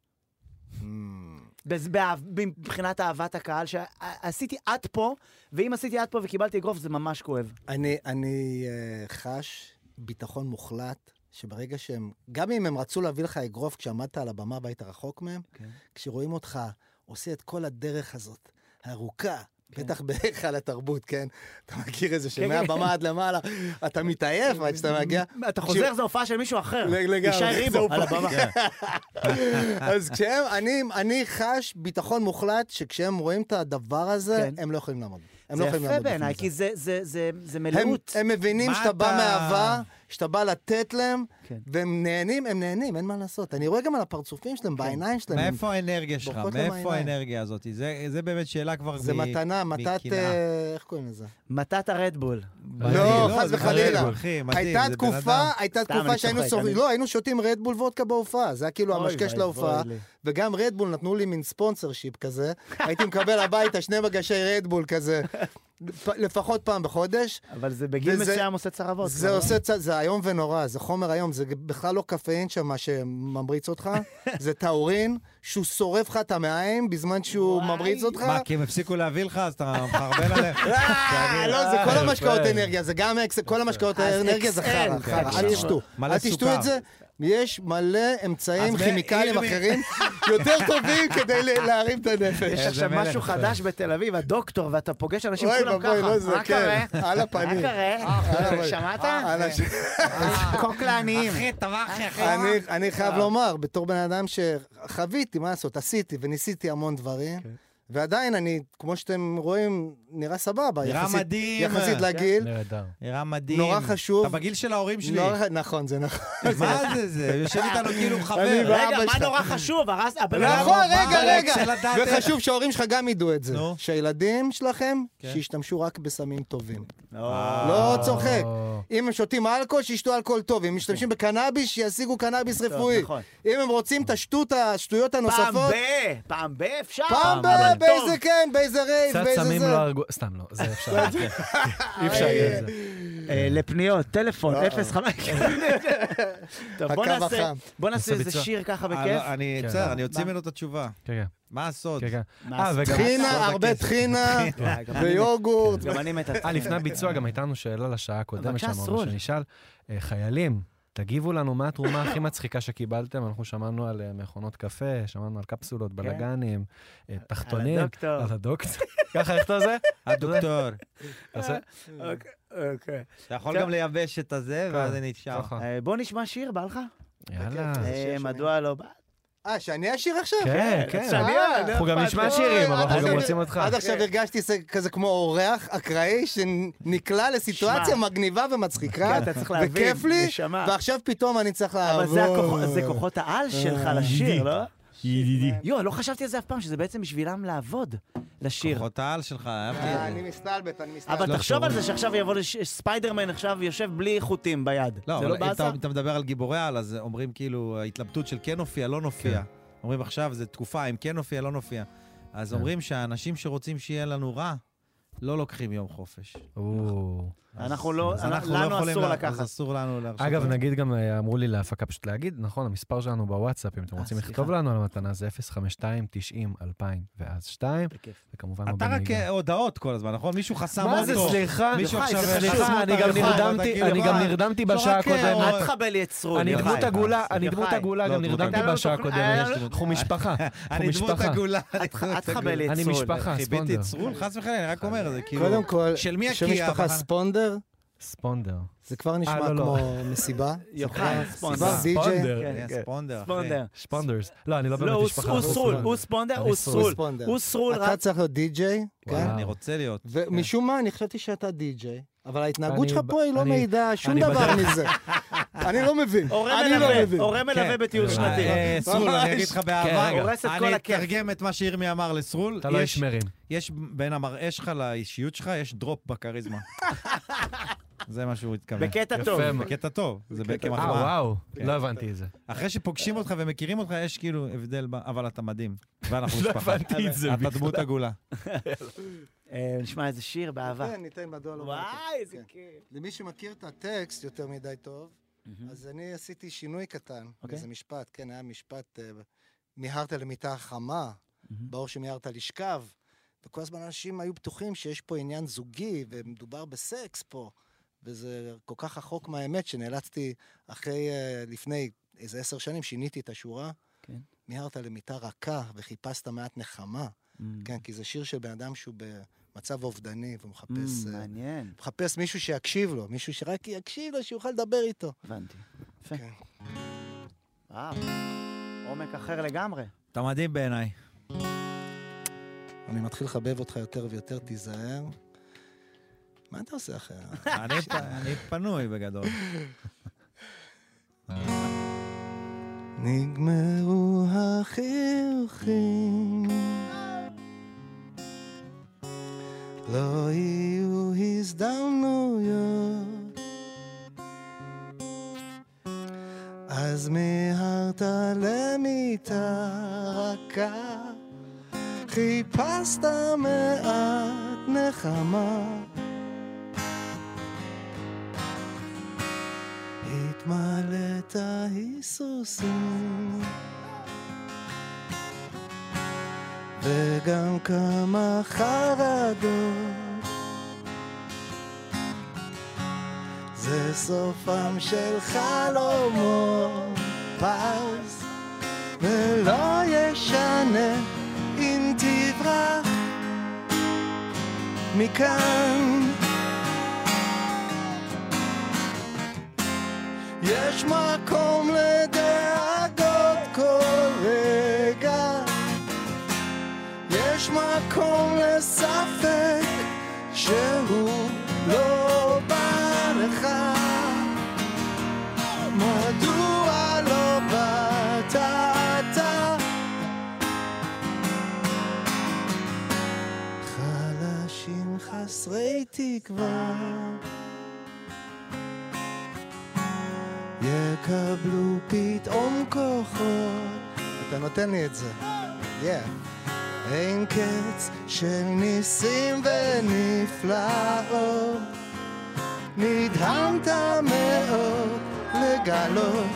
מבחינת אהבת הקהל, שעשיתי עד פה, ואם עשיתי עד פה וקיבלתי אגרוף, זה ממש כואב. אני חש ביטחון מוחלט, שברגע שהם, גם אם הם רצו להביא לך אגרוף כשעמדת על הבמה והיית רחוק מהם, כשרואים אותך עושה את כל הדרך הזאת, הארוכה, בטח בהיכל התרבות, כן? אתה מכיר איזה שמהבמה עד למעלה, אתה מתעייף עד שאתה מגיע. אתה חוזר, זו הופעה של מישהו אחר. לגמרי. ישי ריבו על הבמה. אז כשהם, אני חש ביטחון מוחלט שכשהם רואים את הדבר הזה, הם לא יכולים לעמוד. זה יפה בעיניי, כי זה מלאות. הם מבינים שאתה בא מאהבה, שאתה בא לתת להם, והם נהנים, אין מה לעשות. אני רואה גם על הפרצופים שלהם, בעיניים שלהם. מאיפה האנרגיה שלך? מאיפה האנרגיה הזאת? זה באמת שאלה כבר זה מתנה, מתת, איך קוראים לזה? מתת הרדבול. לא, חס וחלילה. הייתה תקופה שהיינו שותים רדבול וודקה בהופעה. זה היה כאילו המשקה של ההופעה. וגם רדבול נתנו לי מין ספונסרשיפ כזה. הייתי מקבל הביתה 2 מגשי רדבול כזה. לפחות פעם בחודש. אבל זה בגיל מסוים עושה צרבות. זה היום ונורא, זה חומר היום, זה בכלל לא קפאין שם מה שממריץ אותך, זה טאורין, שהוא שורף לך את המעיים בזמן שהוא ממריץ אותך. מה, כי הם הפסיקו להביא לך, אז אתה מחרבן עליהם? לא, זה כל המשקאות אנרגיה, זה גם כל המשקאות האנרגיה זה חרא, אל תשתו. אל תשתו את זה. יש מלא אמצעים כימיקליים אחרים יותר טובים כדי להרים את הנפש. יש עכשיו משהו חדש בתל אביב, הדוקטור, ואתה פוגש אנשים כולם ככה. מה קרה? על הפנים. מה קרה? שמעת? קוק לעניים. אחי, טבח אחי. אני חייב לומר, בתור בן אדם שחוויתי, מה לעשות, עשיתי וניסיתי המון דברים. ועדיין אני, כמו שאתם רואים, נראה סבבה. נראה מדהים. יחסית לגיל. נראה מדהים. נורא חשוב. אתה בגיל של ההורים שלי. נכון, זה נכון. מה זה? יושב איתנו כאילו חבר. רגע, מה נורא חשוב? נכון, רגע. וחשוב שההורים שלך גם ידעו את זה. שהילדים שלכם, שישתמשו רק בסמים טובים. לא צוחק. אם הם שותים אלכוהול, שישתו אלכוהול טוב. אם משתמשים בקנאביס, שישיגו קנאביס רפואי. אם הם רוצים את השטויות הנוספות. פעם אפשר. באיזה כן, באיזה רייב, באיזה זה. קצת שמים לא הרגו... סתם לא, זה אפשר. אי אפשר יהיה את זה. לפניות, טלפון, 05. טוב, בוא נעשה איזה שיר ככה בכיף. אני יוצא ממנו את התשובה. מה הסוד? טחינה, הרבה טחינה, ויוגורט. גם אני מת. לפני הביצוע גם הייתה לנו שאלה לשעה הקודמת שאמרנו שנשאל. חיילים, תגיבו לנו מה התרומה הכי מצחיקה שקיבלתם. אנחנו שמענו על מכונות קפה, שמענו על קפסולות, בלגנים, תחתונים. על הדוקטור. על הדוקטור. ככה איך אתה זה? הדוקטור. אוקיי. אתה יכול גם לייבש את הזה, ואז זה נתשאר. בוא נשמע שיר, בא לך? יאללה. מדוע לא בא? שאני אשיר עכשיו? כן, כן. אנחנו גם נשמע שירים, אבל אנחנו גם רוצים אותך. עד עכשיו הרגשתי כזה כמו אורח אקראי שנקלע לסיטואציה מגניבה ומצחיקה, וכיף לי, ועכשיו פתאום אני צריך לעבור. אבל זה כוחות העל שלך לשיר, לא? יו, לא חשבתי על זה אף פעם, שזה בעצם בשבילם לעבוד, לשיר. כוחות העל שלך, אני מסתלבט. אבל תחשוב על זה שעכשיו יבוא ספיידרמן, עכשיו יושב בלי חוטים ביד. לא, אם אתה מדבר על גיבורי העל, אז אומרים כאילו, ההתלבטות של כן נופיע, לא נופיע. אומרים עכשיו, זה תקופה, אם כן נופיע, לא נופיע. אז אומרים שהאנשים שרוצים שיהיה לנו רע, לא לוקחים יום חופש. אנחנו לא, לנו אסור לקחת. אז אסור לנו להרשות. אגב, נגיד גם, אמרו לי להפקה פשוט להגיד, נכון, המספר שלנו בוואטסאפ, אם אתם רוצים לכתוב לנו על המתנה, זה 052-90-2000 ואז 2, וכמובן אתה רק הודעות כל הזמן, נכון? מישהו חסם אוטו. מה זה, סליחה? סליחה, אני גם נרדמתי בשעה הקודמת. אל תחבל לי את צרול. אני דמות עגולה, גם נרדמתי בשעה הקודמת. אנחנו משפחה. אני דמות עגולה. אל תחבל לי את צרול. אני משפחה, חיביתי את צרול, חס וחלילה, אני רק אומר, זה כאילו... קודם כל, של מי שם משפחה ספונדר? ספונדר. זה כבר נשמע כמו מסיבה. יוחנן, ספונדר. די-ג'יי. ספונדר. ספונדרס. לא, אני לא באמת משפחה. הוא סרול, הוא ספונדר, הוא סרול. אתה צריך להיות די-ג'יי. אני רוצה להיות. ומשום מה, אני חשבתי שאתה די-ג'יי. אבל ההתנהגות שלך פה היא לא מעידה שום דבר מזה. אני לא מבין. הורה מלווה בטיול שנתי. סרול, אני אגיד לך באהבה. אני אתרגם את מה שירמי אמר לסרול. אתה לא איש מרים. יש בין המראה שלך לאישיות שלך, יש דרופ בקריזמה. זה מה שהוא התכוון. בקטע טוב. בקטע טוב. זה כמחמאה. וואו, לא הבנתי את זה. אחרי שפוגשים אותך ומכירים אותך, יש כאילו הבדל, אבל אתה מדהים. ואנחנו לא משפחה. הבנתי את זה. אתה דמות עגולה. נשמע איזה שיר באהבה. כן, ניתן מדוע לא. וואי, איזה כיף. למי שמכיר את הטקסט יותר מדי טוב, אז אני עשיתי שינוי קטן. באיזה משפט, כן, היה משפט, מיהרת למיטה חמה, באור שמיהרת לשכב, וכל הזמן אנשים היו בטוחים שיש פה עניין זוגי, ומדובר בסקס פה, וזה כל כך רחוק מהאמת שנאלצתי לפני איזה 10 שנים, שיניתי את השורה, מיהרת למיטה רכה וחיפשת מעט נחמה, כן, כי זה שיר של בן אדם שהוא במצב אובדני, והוא מחפש מישהו שיקשיב לו, מישהו שרק יקשיב לו, שיוכל לדבר איתו. הבנתי. יפה. וואו, עומק אחר לגמרי. אתה מדהים בעיניי. אני מתחיל לחבב אותך יותר ויותר, תיזהר. מה אתה עושה אחר? אני פנוי בגדול. נגמרו החיוכים, לא יהיו הזדמנויות, אז מיהרת למיטה רכה, חיפשת מעט נחמה, התמלאת היסוסים, וגם כמה חרדות, זה סופם של חלומות, פאוז, ולא ישנה אם תברח מכאן. יש מקום לדאגות כל רגע, יש מקום לספק שהוא לא בא לך, מדוע לא באת אתה? חלשים חסרי תקווה יקבלו פתאום כוחות. אתה נותן לי את זה. אין קץ של ניסים ונפלאות, נדהמת מאוד לגלות,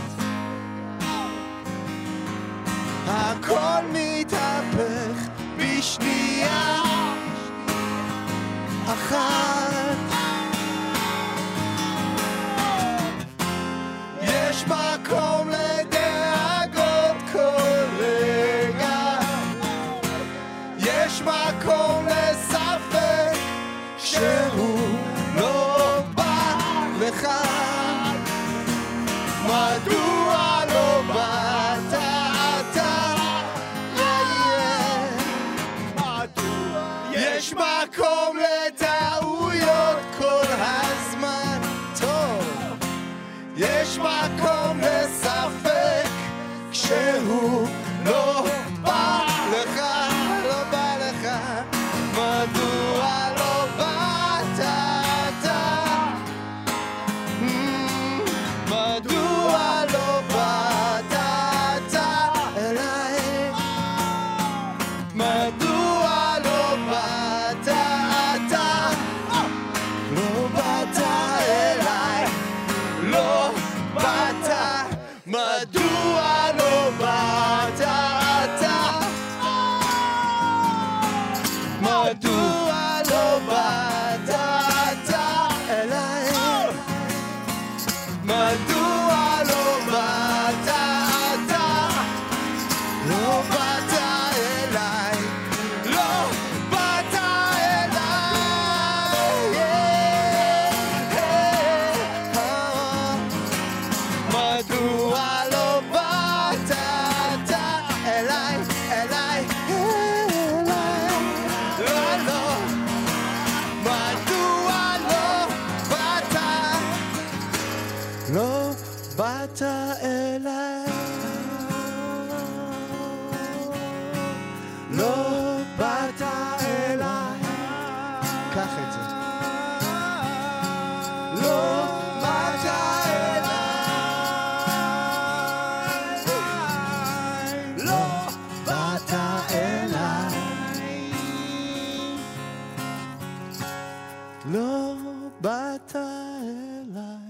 הכל מתהפך בשנייה אחת. יש מקום לדאגות כל רגע, יש מקום לספק שהוא לא לך? מדוע לא באת אתה? מדוע יש מקום לטעויות כל הזמן? טוב, יש מקום לספק כשהוא לא בא לך, לא בא לך. מדוע לא באת אתה? מדוע לא באת אתה אליי? מדוע לא באת אתה? לא באת אליי, לא באת. מדוע לא באת אתה? מדוע לא באת אתה אליי? מדוע לא באת אתה? לא באת אליי, לא באת אליי. מדוע לא באת אתה אליי, אליי, אליי? לא, לא. מדוע לא באת? לא באת אליי, לא באת אליי. קח את זה. לא באת אליי, לא באת אליי, לא באת אליי.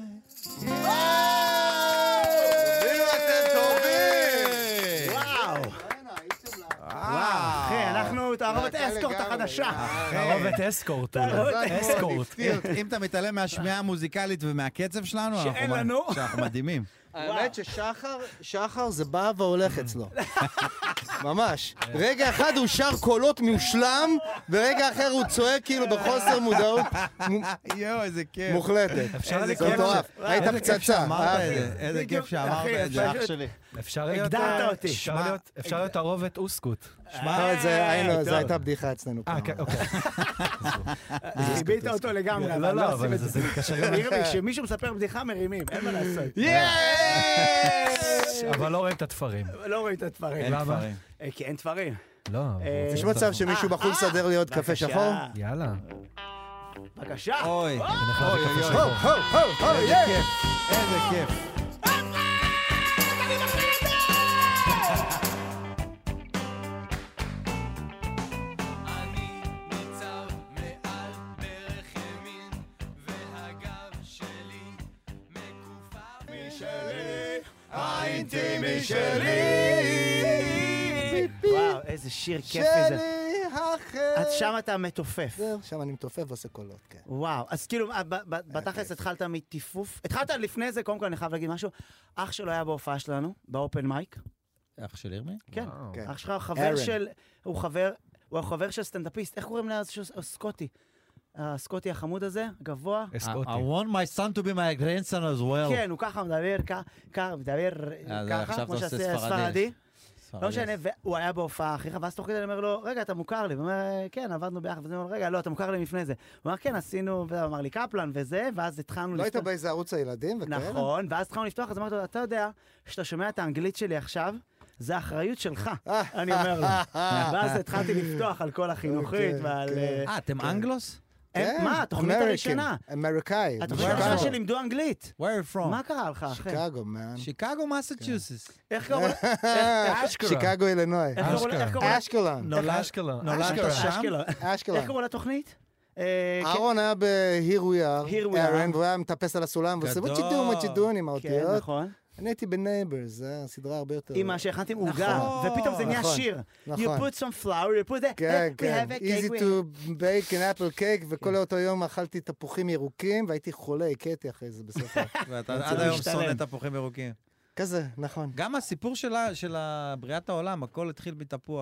אחי, אנחנו תערובת אסקורט החדשה. תערובת אסקורט. אסקורט. אם אתה מתעלם מהשמיעה המוזיקלית ומהקצב שלנו, שאין לנו. אנחנו מדהימים. האמת ששחר זה בא והולך אצלו. ממש. רגע אחד הוא שר קולות מושלם, ורגע אחר הוא צועק כאילו בחוסר מודעות יואו, איזה כיף. מוחלטת. זה מטורף. היית פצצה. איזה כיף שאמרת את זה, אח שלי. הגדרת אותי. אפשר להיות תערובת אוסקוט. שמע, זו הייתה בדיחה אצלנו. אוקיי. חיבית אותו לגמרי. לא, אבל זה מתקשר. ירבי, כשמישהו מספר בדיחה מרימים, אין מה לעשות. אבל לא רואים את התפרים. לא רואים את התפרים. למה? כי אין תפרים. לא. יש מצב שמישהו בחוץ סדר לי עוד קפה שחור? יאללה. בבקשה. אוי. איזה כיף. איזה כיף. האינטימי שלי. וואו, איזה שיר כיף זה. אז שם אתה מתופף. זהו, שם אני מתופף ועושה קולות, כן. וואו, אז כאילו, בתכלס התחלת מטיפוף. התחלת לפני זה, קודם כל אני חייב להגיד משהו. אח שלו היה בהופעה שלנו, באופן מייק. אח של ירמי? כן. אח שלך חבר של... הוא חבר של סטנדאפיסט. איך קוראים לה? סקוטי. הסקוטי החמוד הזה, גבוה. I want my son to be my grandson as well. כן, הוא ככה מדבר, ככה, כמו שעושה ספרדי. לא משנה, והוא היה בהופעה אחיך, ואז תוך כדי אני אומר לו, רגע, אתה מוכר לי. הוא אומר, כן, עבדנו ביחד. ואני אומר, רגע, לא, אתה מוכר לי לפני זה. הוא אומר, כן, עשינו, והוא אמר לי קפלן וזה, ואז התחלנו... לא היית באיזה ערוץ הילדים וכאלה? נכון, ואז התחלנו לפתוח, אז אמרתי לו, אתה יודע, שאתה שומע את האנגלית שלי עכשיו, זה האחריות שלך, אני אומר לו. ואז התחלתי לפתוח על כל החינוכית ועל... אתם אנגלוס? מה? התוכנית הראשונה. אמריקאי. התוכנית הראשונה שלימדו אנגלית. Where are you from? מה קרה לך, אחי? שיקגו, מן. שיקגו, מסצ'וסטס. איך קראו? שיקגו, אילינוי. אשקלון. נולדת שם? אשקלון. איך קראו לתוכנית? אהרון היה ב-Here We Are, ארן, והוא היה מטפס על הסולם, ועושה what you doing עם האותיות. נכון. אני הייתי ב-Neighbors, זו הסדרה הרבה יותר... עם מה שהכנתי מעוגה, ופתאום זה נהיה שיר. You put some flour, you put that, כן, we have a cake. easy to bake an apple cake, וכל אותו יום אכלתי תפוחים ירוקים, והייתי חולה, הכיתי אחרי זה בסופו. ואתה עד היום שונא תפוחים ירוקים. כזה, נכון. גם הסיפור של בריאת העולם, הכל התחיל בתפוח.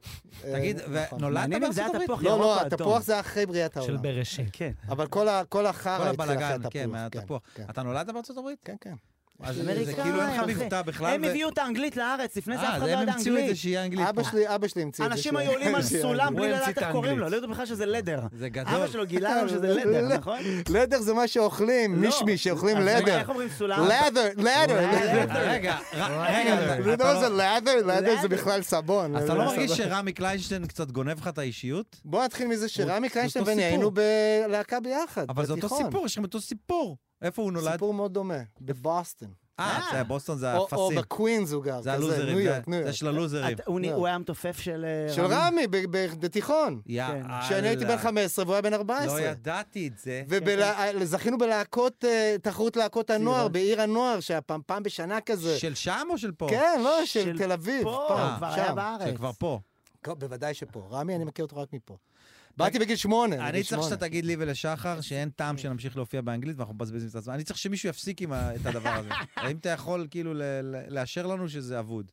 תגיד, ונולדת בארצות הברית? לא, התפוח זה אחרי בריאת העולם. של בראשית. כן. אבל כל החרא כל הבלגן, כן, מהתפוח. אתה נולדת בארצות הברית? כן, כן. אז זה כאילו אין לך מבטא בכלל. הם הביאו את האנגלית לארץ, לפני זה אף אחד לא הם ידע המציאו את זה אנגלית. שיהיה אנגלית. אבא שלי המציא את זה. אנשים היו עולים על סולם בלי לדעת איך קוראים לו, לא יודעים בכלל שזה לדר. זה גדול. אבא שלו גילה לו שזה לדר, נכון? לדר זה מה שאוכלים, מישמי שאוכלים לדר. איך אומרים סולם? לדר. רגע, אתה יודע זה לדר? לדר זה בכלל סבון. אתה לא מרגיש שרמי קליינשטיין קצת גונב לך את האישיות? בוא נתחיל מזה שרמי קליינשטיין ואני היינו בלהקה ביחד. אבל זה אותו סיפור, יש לכם אותו סיפור. איפה הוא נולד? סיפור מאוד דומה, בבוסטון. זה בוסטון זה הפסים. או בקווינס הוא גר, זה הלוזרים, זה של הלוזרים. הוא היה מתופף של רמי בתיכון. שאני הייתי בן 15 והוא היה בן 14. לא ידעתי את זה. וזכינו בלהקות, תחרות להקות הנוער, בעיר הנוער, פעם בשנה כזה. של שם או של פה? כן, לא, של תל אביב. פה, כבר היה בארץ. של כבר פה. בוודאי שפה. רמי, אני מכיר אותו רק מפה. באתי בגיל 8. אני צריך שאתה תגיד לי ולשחר שאין טעם שנמשיך להופיע באנגלית ואנחנו מבזבזים את הזמן. אני צריך שמישהו יפסיק את הדבר הזה. האם אתה יכול כאילו לאשר לנו שזה אבוד?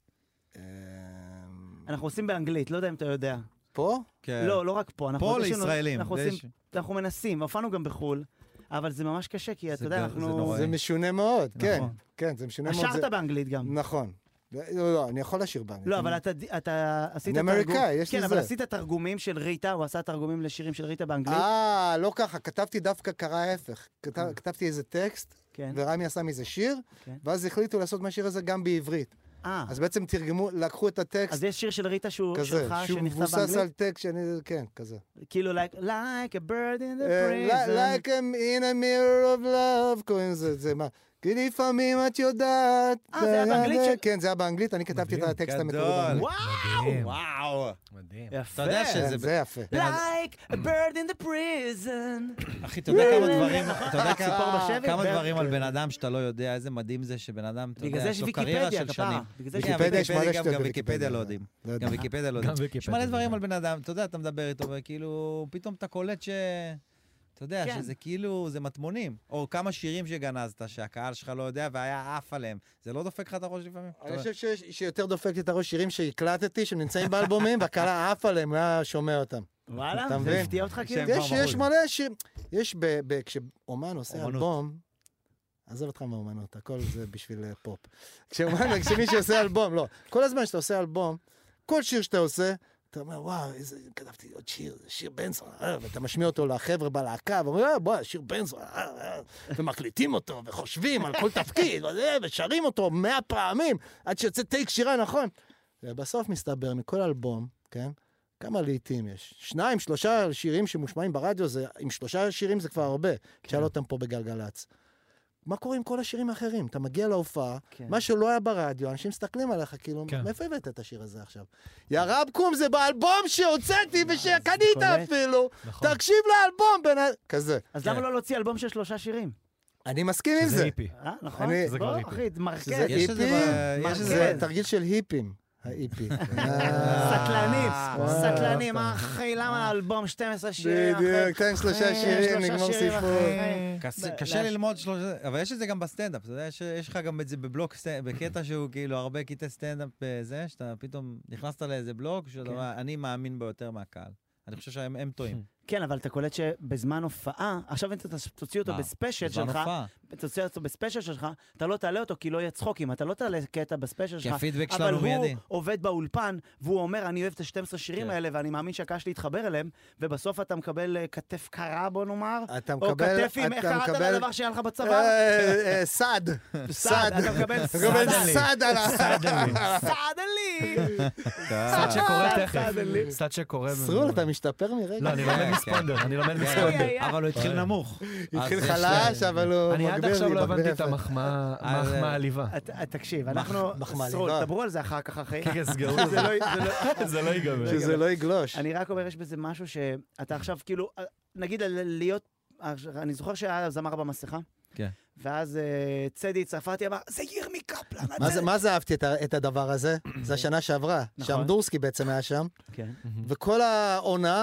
אנחנו עושים באנגלית, לא יודע אם אתה יודע. פה? לא, לא רק פה. פה לישראלים. אנחנו מנסים, הופענו גם בחול, אבל זה ממש קשה, כי אתה יודע, אנחנו... זה משונה מאוד, כן. כן, זה משונה מאוד. השארת באנגלית גם. נכון. לא, אני יכול לשיר באנגלית. לא, אבל אתה עשית... אני אמריקאי, יש לי זה. כן, אבל עשית תרגומים של ריטה, הוא עשה תרגומים לשירים של ריטה באנגלית. לא ככה, כתבתי דווקא קרה ההפך. כתבתי איזה טקסט, ורמי עשה מזה שיר, ואז החליטו לעשות מהשיר הזה גם בעברית. אז בעצם תרגמו, לקחו את הטקסט... אז יש שיר של ריטה שהוא שלך, שנכתב באנגלית? שהוא מבוסס על טקסט שאני... כן, כזה. כאילו, like a bird in the prison. Like in a mirror of love, קוראים לזה, זה מה? כי לפעמים את יודעת... זה היה באנגלית של... כן, זה היה באנגלית, אני כתבתי את הטקסט המקורי באנגלית. וואו! מדהים. יפה. אתה יודע שזה... זה יפה. Like a bird in the prison. אחי, אתה יודע כמה דברים... אתה יודע כמה דברים על בן אדם שאתה לא יודע, איזה מדהים זה שבן אדם, אתה יודע, יש לו קריירה של שנים. ויקיפדיה יש מלא שטויות. גם ויקיפדיה לא יודעים. גם ויקיפדיה לא יודעים. יש מלא דברים על בן אדם, אתה יודע, אתה מדבר איתו, וכאילו, פתאום אתה קולט ש... אתה יודע, שזה כאילו, זה מטמונים. או כמה שירים שגנזת, שהקהל שלך לא יודע, והיה עף עליהם. זה לא דופק לך את הראש לפעמים? אני חושב שיותר דופק את הראש שירים שהקלטתי, שנמצאים באלבומים, והקהל עף עליהם, הוא היה שומע אותם. וואלה? זה הפתיע אותך כאילו? יש מלא יש, כשאומן עושה אלבום, עזוב אותך מהאומנות, הכל זה בשביל פופ. כשמישהו עושה אלבום, לא. כל הזמן שאתה עושה אלבום, כל שיר שאתה עושה, אתה אומר, וואו, כתבתי עוד שיר, זה שיר בנזון, ואתה משמיע אותו לחבר'ה בלהקה, ואומרים, בוא, שיר בנזון, ומקליטים אותו, וחושבים על כל תפקיד, ושרים אותו 100 פעמים, עד שיוצא טייק שירה נכון. ובסוף מסתבר, מכל אלבום, כן, כמה לעיתים יש? 2, 3 שירים שמושמעים ברדיו, עם 3 שירים זה כבר הרבה, שאל אותם פה בגלגלץ. מה קורה עם כל השירים האחרים? אתה מגיע להופעה, מה שלא היה ברדיו, אנשים מסתכלים עליך, כאילו, מאיפה הבאת את השיר הזה עכשיו? יא רבקום, זה באלבום שהוצאתי ושקנית אפילו. תקשיב לאלבום, כזה. אז למה לא להוציא אלבום של 3 שירים? אני מסכים עם זה. שזה היפי. נכון? בוא, אחי, מרקד. זה היפי, זה תרגיל של היפים. האיפי. סטלנים, אחי, למה האלבום 12 שירים? בדיוק, 3 שירים, נגמור סיפור. קשה ללמוד 3, אבל יש את זה גם בסטנדאפ, אתה יודע, יש לך גם את זה בבלוק, בקטע שהוא כאילו הרבה קטעי סטנדאפ בזה, שאתה פתאום נכנסת לאיזה בלוק, שאני מאמין בו יותר מהקהל. אני חושב שהם טועים. כן, אבל אתה קולט שבזמן הופעה, עכשיו אתה תוציא אותו בספיישל שלך, תוציא אותו בספיישל שלך, אתה לא תעלה אותו כי לא יהיה צחוקים, אתה לא תעלה קטע בספיישל שלך, אבל הוא עובד באולפן, והוא אומר, אני אוהב את ה-12 שירים האלה, ואני מאמין שהקהל שלי יתחבר אליהם, ובסוף אתה מקבל כתף קרה, בוא נאמר, או כתף עם, איך קראת לדבר שהיה לך בצבא? סד. סד, אתה מקבל סד עליו. סד עלי. סד שקורה תכף. סד שקורה. סרול, אתה משתפר מרגע. לא, אני לומד מספונדר. אבל הוא התחיל נמוך. התחיל חלש, אבל הוא מגביר לי. אני עד עכשיו לא הבנתי את המחמאה העליבה. תקשיב, אנחנו... סרול, דברו על זה אחר כך, אחי. כן, סגרו. זה לא ייגמר. שזה לא יגלוש. אני רק אומר, יש בזה משהו שאתה עכשיו כאילו, נגיד להיות... אני זוכר שהיה זמר במסכה. כן. ואז צדי צרפתי אמר, זה ירמי קפלן. מה זה אהבתי את הדבר הזה? זה השנה שעברה. שם דורסקי בעצם היה שם. כן. וכל העונה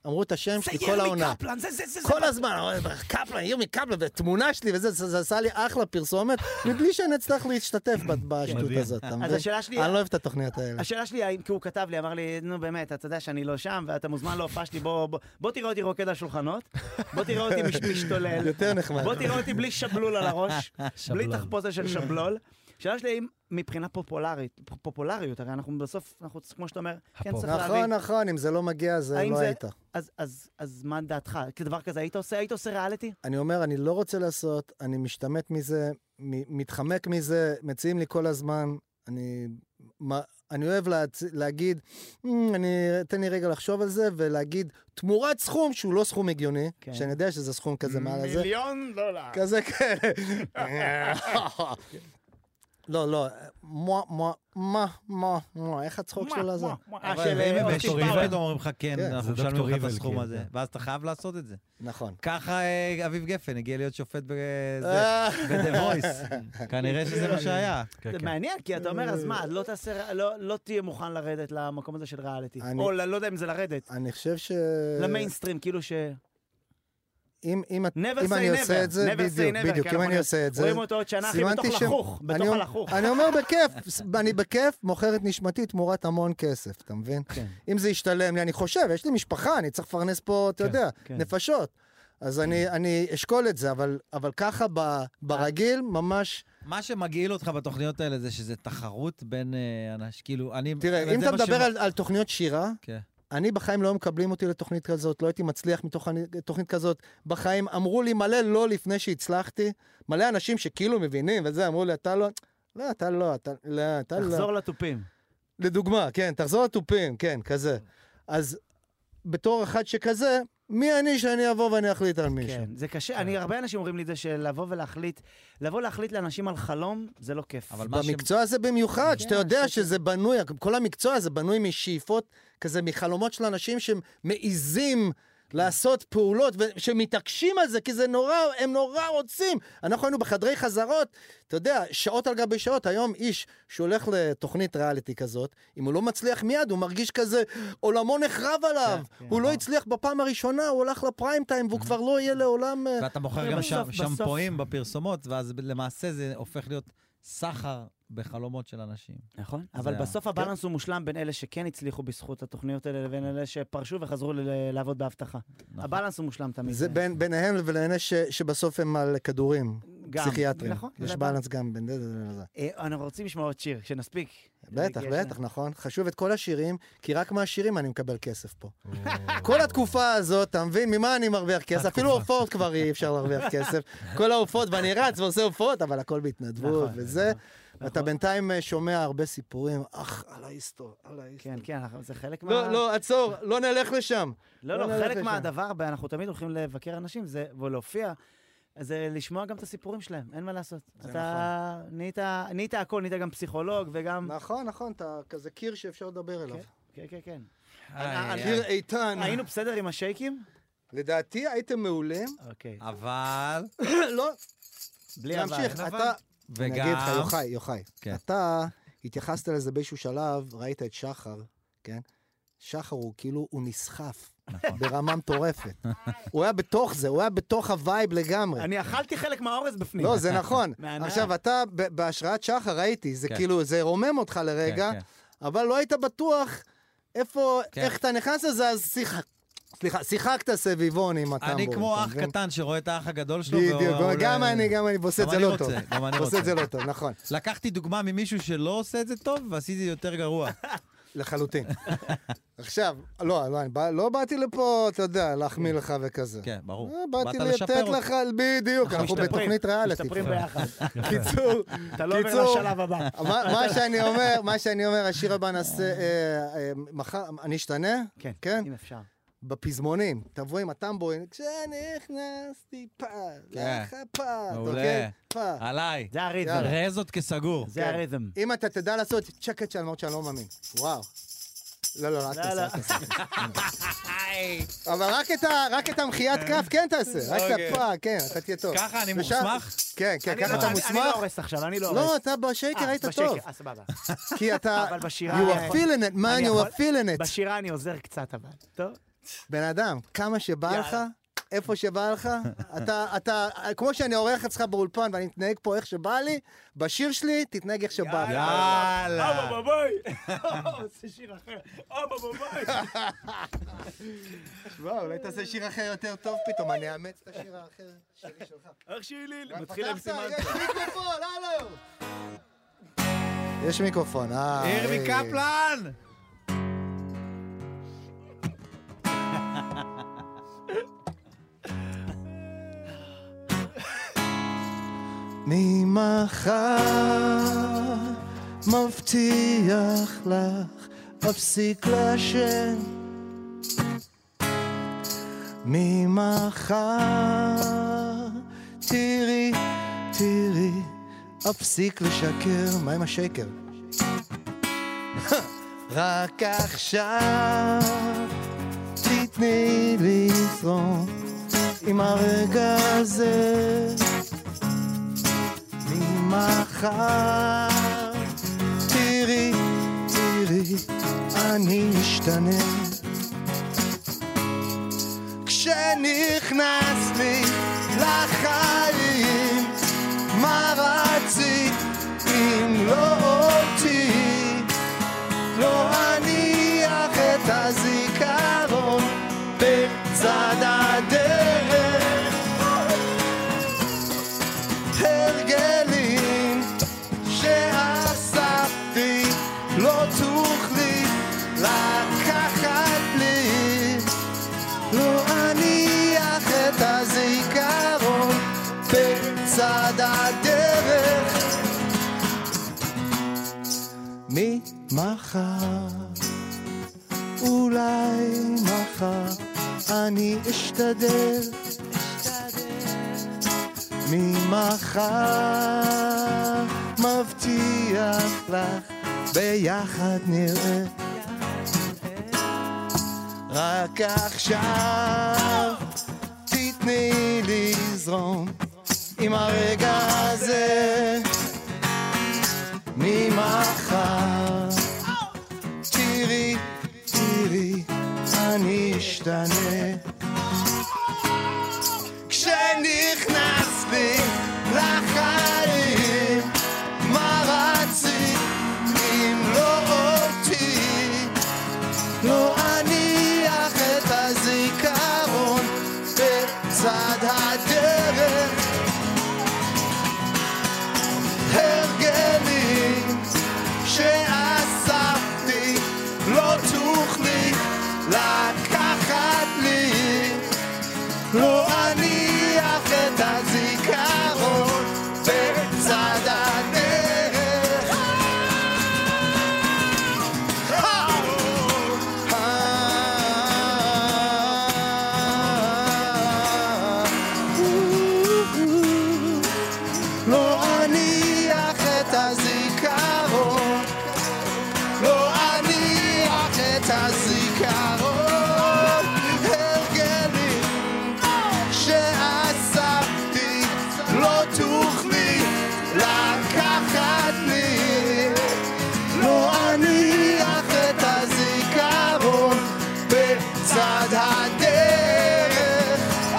אמרו את השם שלי כל העונה. כל הזמן, קפלן, ירמי קפלן, ותמונה שלי וזה, זה עשה לי אחלה פרסומת, מבלי שאני אצטרך להשתתף בשטות הזאת. אז השאלה שלי... אני לא אוהב את התוכניות האלה. השאלה שלי, כי הוא כתב לי, אמר לי, נו באמת, אתה יודע שאני לא שם, ואתה מוזמן להופעה שלי, בוא תראה אותי רוקד על שולחנות, בוא תראה אותי משתולל. יותר נחמד. בוא תראה אותי בלי שבלול על הראש, בלי תחפושת של שבלול. השאלה שלי, מבחינה פופולריות, הרי אנחנו בסוף, כמו שאתה אומר, כן צריך להביא. נכון, אם זה לא מגיע, זה לא היית. אז מה דעתך? כדבר כזה, היית עושה ריאליטי? אני אומר, אני לא רוצה לעשות, אני משתמט מזה, מתחמק מזה, מציעים לי כל הזמן, אני אוהב להגיד, תן לי רגע לחשוב על זה, ולהגיד, תמורת סכום שהוא לא סכום הגיוני, שאני יודע שזה סכום כזה מעל הזה. $1,000,000. כזה כן. לא, איך הצחוק שלו לזה? פתאום אומרים לך, כן, אנחנו משלמים לך את הסכום הזה, ואז אתה חייב לעשות את זה. נכון. ככה אביב גפן הגיע להיות שופט ב-The Voice. כנראה שזה מה שהיה. זה מעניין, כי אתה אומר, אז מה, לא תהיה מוכן לרדת למקום הזה של ריאליטי. או לא יודע אם זה לרדת. אני חושב ש... למיינסטרים, כאילו ש... אם אני עושה את זה, בדיוק, אם אני עושה את זה, רואים אותו עוד שנה אחי בתוך הלחוך. אני אומר בכיף, אני בכיף מוכר את נשמתי תמורת המון כסף, אתה מבין? אם זה ישתלם לי, אני חושב, יש לי משפחה, אני צריך לפרנס פה, אתה יודע, נפשות. אז אני אשקול את זה, אבל ככה ברגיל, ממש... מה שמגעיל אותך בתוכניות האלה זה שזה תחרות בין אנשים, כאילו, תראה, אם אתה מדבר על תוכניות שירה, אני בחיים לא מקבלים אותי לתוכנית כזאת, לא הייתי מצליח מתוך תוכנית כזאת. בחיים אמרו לי מלא לא לפני שהצלחתי, מלא אנשים שכאילו מבינים וזה, אמרו לי, אתה לא. תחזור לטופים. לדוגמה, כן, תחזור לטופים, כן, כזה. אז בתור אחד שכזה, מי אני שאני אבוא ואני אחליט על מישהו? כן, זה קשה. הרבה אנשים אומרים לי זה שלבוא ולהחליט לאנשים על חלום, זה לא כיף. במקצוע הזה במיוחד, שאתה יודע שזה בנוי, כל המקצוע הזה בנוי משאיפות, כזה מחלומות של אנשים שמעיזים לעשות פעולות, ושמתעקשים על זה, כי זה נורא, הם נורא רוצים. אנחנו היינו בחדרי חזרות, אתה יודע, שעות על גבי שעות, היום איש שהולך לתוכנית ריאליטי כזאת, אם הוא לא מצליח מיד, הוא מרגיש כזה, עולמו נחרב עליו. הוא לא הצליח בפעם הראשונה, הוא הולך לפריים טיים, והוא כבר לא יהיה לעולם... ואתה מוכר גם שמפויים בפרסומות, ואז למעשה זה הופך להיות סחר בחלומות של אנשים. נכון, אבל בסוף הבלנס הוא מושלם בין אלה שכן הצליחו בזכות התוכניות האלה, לבין אלה שפרשו וחזרו לעבוד בהבטחה. הבלנס הוא מושלם תמיד. זה ביניהם לבין אלה שבסוף הם על כדורים פסיכיאטרים. יש בלנס גם בין זה לזה. אנחנו רוצים לשמוע עוד שיר, שנספיק. בטח, נכון. חשוב את כל השירים, כי רק מהשירים אני מקבל כסף פה. כל התקופה הזאת, אתה מבין? ממה אני מרוויח כסף? אפילו הופעות כבר אי אפשר להרוויח כסף. כל ההופעות, ואני רץ ועושה הופעות, אבל הכל בהתנדבות וזה. אתה בינתיים שומע הרבה סיפורים, על ההיסטור, על ההיסטור. כן, זה חלק מה... לא, עצור, לא נלך לשם. לא, חלק מהדבר, אנחנו תמיד הולכים לבקר אנשים, ולהופיע, זה לשמוע גם את הסיפורים שלהם, אין מה לעשות. אתה נהיית הכל, נהיית גם פסיכולוג וגם... נכון, אתה כזה קיר שאפשר לדבר אליו. כן. קיר איתן. היינו בסדר עם השייקים? לדעתי הייתם מעולים. אבל... לא. בלי אבל. להמשיך, אתה... נגיד לך, יוחאי, אתה התייחסת לזה באיזשהו שלב, ראית את שחר, כן? שחר הוא כאילו, הוא נסחף ברמה מטורפת. הוא היה בתוך זה, הוא היה בתוך הווייב לגמרי. אני אכלתי חלק מהאורז בפנים. לא, זה נכון. עכשיו, אתה בהשראת שחר ראיתי, זה כאילו, זה רומם אותך לרגע, אבל לא היית בטוח איך אתה נכנס לזה, אז שיחקת סביבון עם הטמבו. אני כמו אח קטן שרואה את האח הגדול שלו. בדיוק, גם אני עושה את זה לא טוב. עושה את זה לא טוב, נכון. לקחתי דוגמה ממישהו שלא עושה את זה טוב, ועשיתי יותר גרוע. לחלוטין. עכשיו, לא באתי לפה, אתה יודע, להחמיא לך וכזה. כן, ברור. באתי לתת לך, בדיוק, אנחנו בתוכנית ריאליטי. משתפרים ביחד. קיצור, אתה לא עובר לשלב הבא. מה שאני אומר, השיר הבא נעשה, אני אשתנה? כן, אם אפשר. בפזמונים, תבוא עם הטמבורים, כשנכנסתי מעולה. עליי. זה הריתם. ראה זאת כסגור. זה הריתם. אם אתה תדע לעשות צ'קט של אמרת שאני לא מאמין. וואו. לא, אל תעשה. אבל רק את המחיית כף כן תעשה. רק את הפעה, כן, אתה תהיה טוב. ככה אני מוסמך? כן, ככה אתה מוסמך. אני לא הורס עכשיו, אני לא הורס. לא, אתה בשייקר היית טוב. סבבה. כי אתה... אבל בשירה... You are feeling it, man, you are feeling it. בשירה אני עוזר קצת, אבל. טוב? בן אדם, כמה שבא לך, איפה שבא לך, אתה, כמו שאני עורך אצלך באולפן ואני מתנהג פה איך שבא לי, בשיר שלי תתנהג איך שבא לך. יאללה. אבא בביי. עושה שיר אחר. אבא בביי. וואו, אולי תעשה שיר אחר יותר טוב פתאום, אני אאמץ את השיר האחר שלי שלך. אח שלי, מתחיל עם סימן. יש מיקרופון, הלו. יש מיקרופון, ירמי קפלן! ממחר מבטיח לך אפסיק לעשן ממחר תראי אפסיק לשקר. מה עם השקר? רק עכשיו תתני לי לזרום עם הרגע הזה ממחר תראי אני משתנה כשנכנס לי לחיים מה רצית אם לא אותי לא אניח את הזיכרון בצד הדרך הרגלים שאספתי לא תוכלי לקחת לי לא אניח את הזיכרון בצד הדרך ממחר אולי מחר אני אשתדל ממחר מבטיח לך ביחד נראה רק עכשיו תתני לי לזרום עם הרגע הזה ממחר תראי אני אשתנה כשנכנס לי לחיים מה רצית אם לא אותי לא אניח את הזיכרון בצד הדרך הרגלים שאספתי לא תוכלי לקחת לי לא אניח את הזיכרון בצד הדרך לא אניח את הזיכרון לא אניח את הזיכרון הרגלים שאספתי לא תוכלי לקחת לי לא אניח את הזיכרון בצד הדרך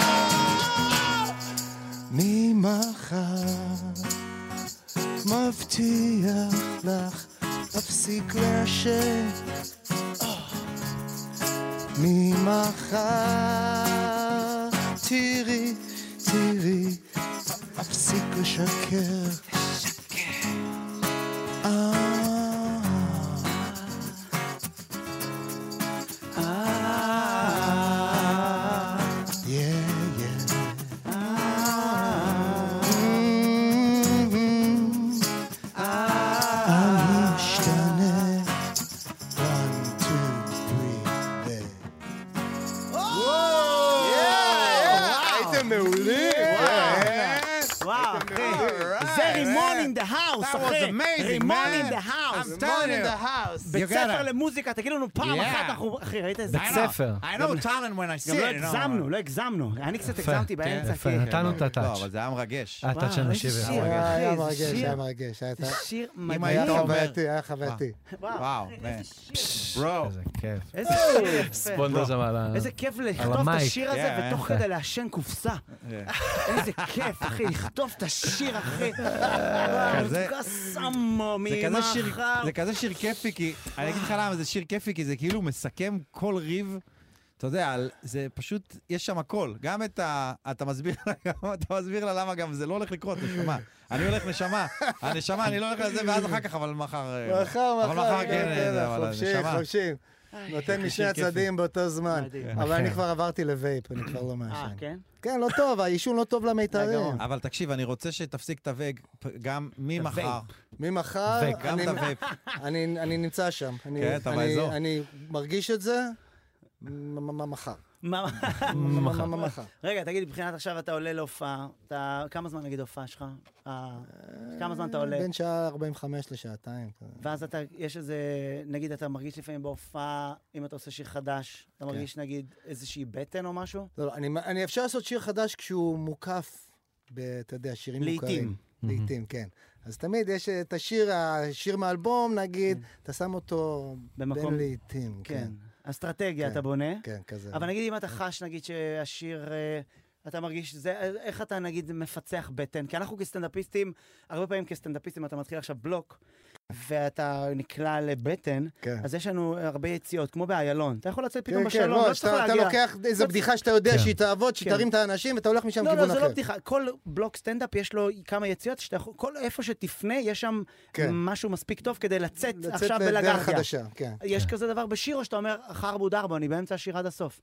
ממחר מבטיח לך אפסיק לעשן ממחר תראי אפסיק לשקר זה רימון in the house, אחי. רימון in the house. רימון in the house. בית ספר למוזיקה, תגיד לנו פעם אחת, אנחנו, אחי, ראית איזה בית ספר. I know talent when I see it. גם לא הגזמנו. אני קצת הגזמתי באמצע. יפה, נתנו את הטאץ'. לא, אבל זה היה מרגש. הטאץ' של נשיב. היה מרגש. זה שיר אם מדהים. היית אומר... היה חווייתי. וואו, ברו. איזה כיף. איזה שיר יפה. ספונדר שם על ה... איזה כיף לכתוב את השיר הזה ותוך כדי לעשן קופסה. איזה כיף, אחי, לכתוב את השיר, אחי. קסמו ממחר. זה כזה שיר כיפי, כי אני אגיד לך למה זה שיר כיפי, כי זה כאילו מסכם כל ריב. אתה יודע, זה פשוט, יש שם הכל. גם אתה מסביר לה למה גם זה לא הולך לקרות, נשמה. אני הולך נשמה. הנשמה, אני לא הולך לזה, ואז אחר כך, אבל מחר... מחר, כן, אבל נשמה. חופשים. נותן משני הצדדים באותו זמן. אבל אני כבר עברתי לווייפ, אני כבר לא מעשן. כן? כן, לא טוב, העישון לא טוב למיתרים. אבל תקשיב, אני רוצה שתפסיק את הווייפ גם ממחר. ממחר, גם את הווייפ. אני נמצא שם. כן, אתה באזור. אני מרגיש את זה מחר. מחר. רגע, תגיד, מבחינת עכשיו אתה עולה להופעה, כמה זמן נגיד הופעה שלך? כמה זמן אתה עולה? בין שעה 45 לשעתיים. ואז יש איזה, נגיד אתה מרגיש לפעמים בהופעה, אם אתה עושה שיר חדש, אתה מרגיש נגיד איזושהי בטן או משהו? לא, אני אפשר לעשות שיר חדש כשהוא מוקף, אתה יודע, שירים מוכרים. לעתים, כן. אז תמיד יש את השיר מאלבום, נגיד, אתה שם אותו בין לעתים. כן. אסטרטגיה אתה בונה. כן, כזה. אבל נגיד אם אתה חש, נגיד שהשיר, אתה מרגיש, איך אתה נגיד מפצח בטן? כי אנחנו כסטנדאפיסטים, הרבה פעמים כסטנדאפיסטים אתה מתחיל עכשיו בלוק, ואתה נקלע לבטן, אז יש לנו הרבה יציאות, כמו באיילון. אתה יכול לצאת פתאום בשלום, לא צריך להגיע. אתה לוקח איזו בדיחה שאתה יודע שהיא תעבוד, שתרים את האנשים, ואתה הולך משם כיוון אחר. לא, זה לא בדיחה. כל בלוק סטנדאפ יש לו כמה יציאות, כל איפה שתפנה, יש שם משהו מספיק טוב כדי לצאת עכשיו בלגרדיה. יש כזה דבר בשיר, או שאתה אומר, חרבו דרבו, אני באמצע השיר עד הסוף.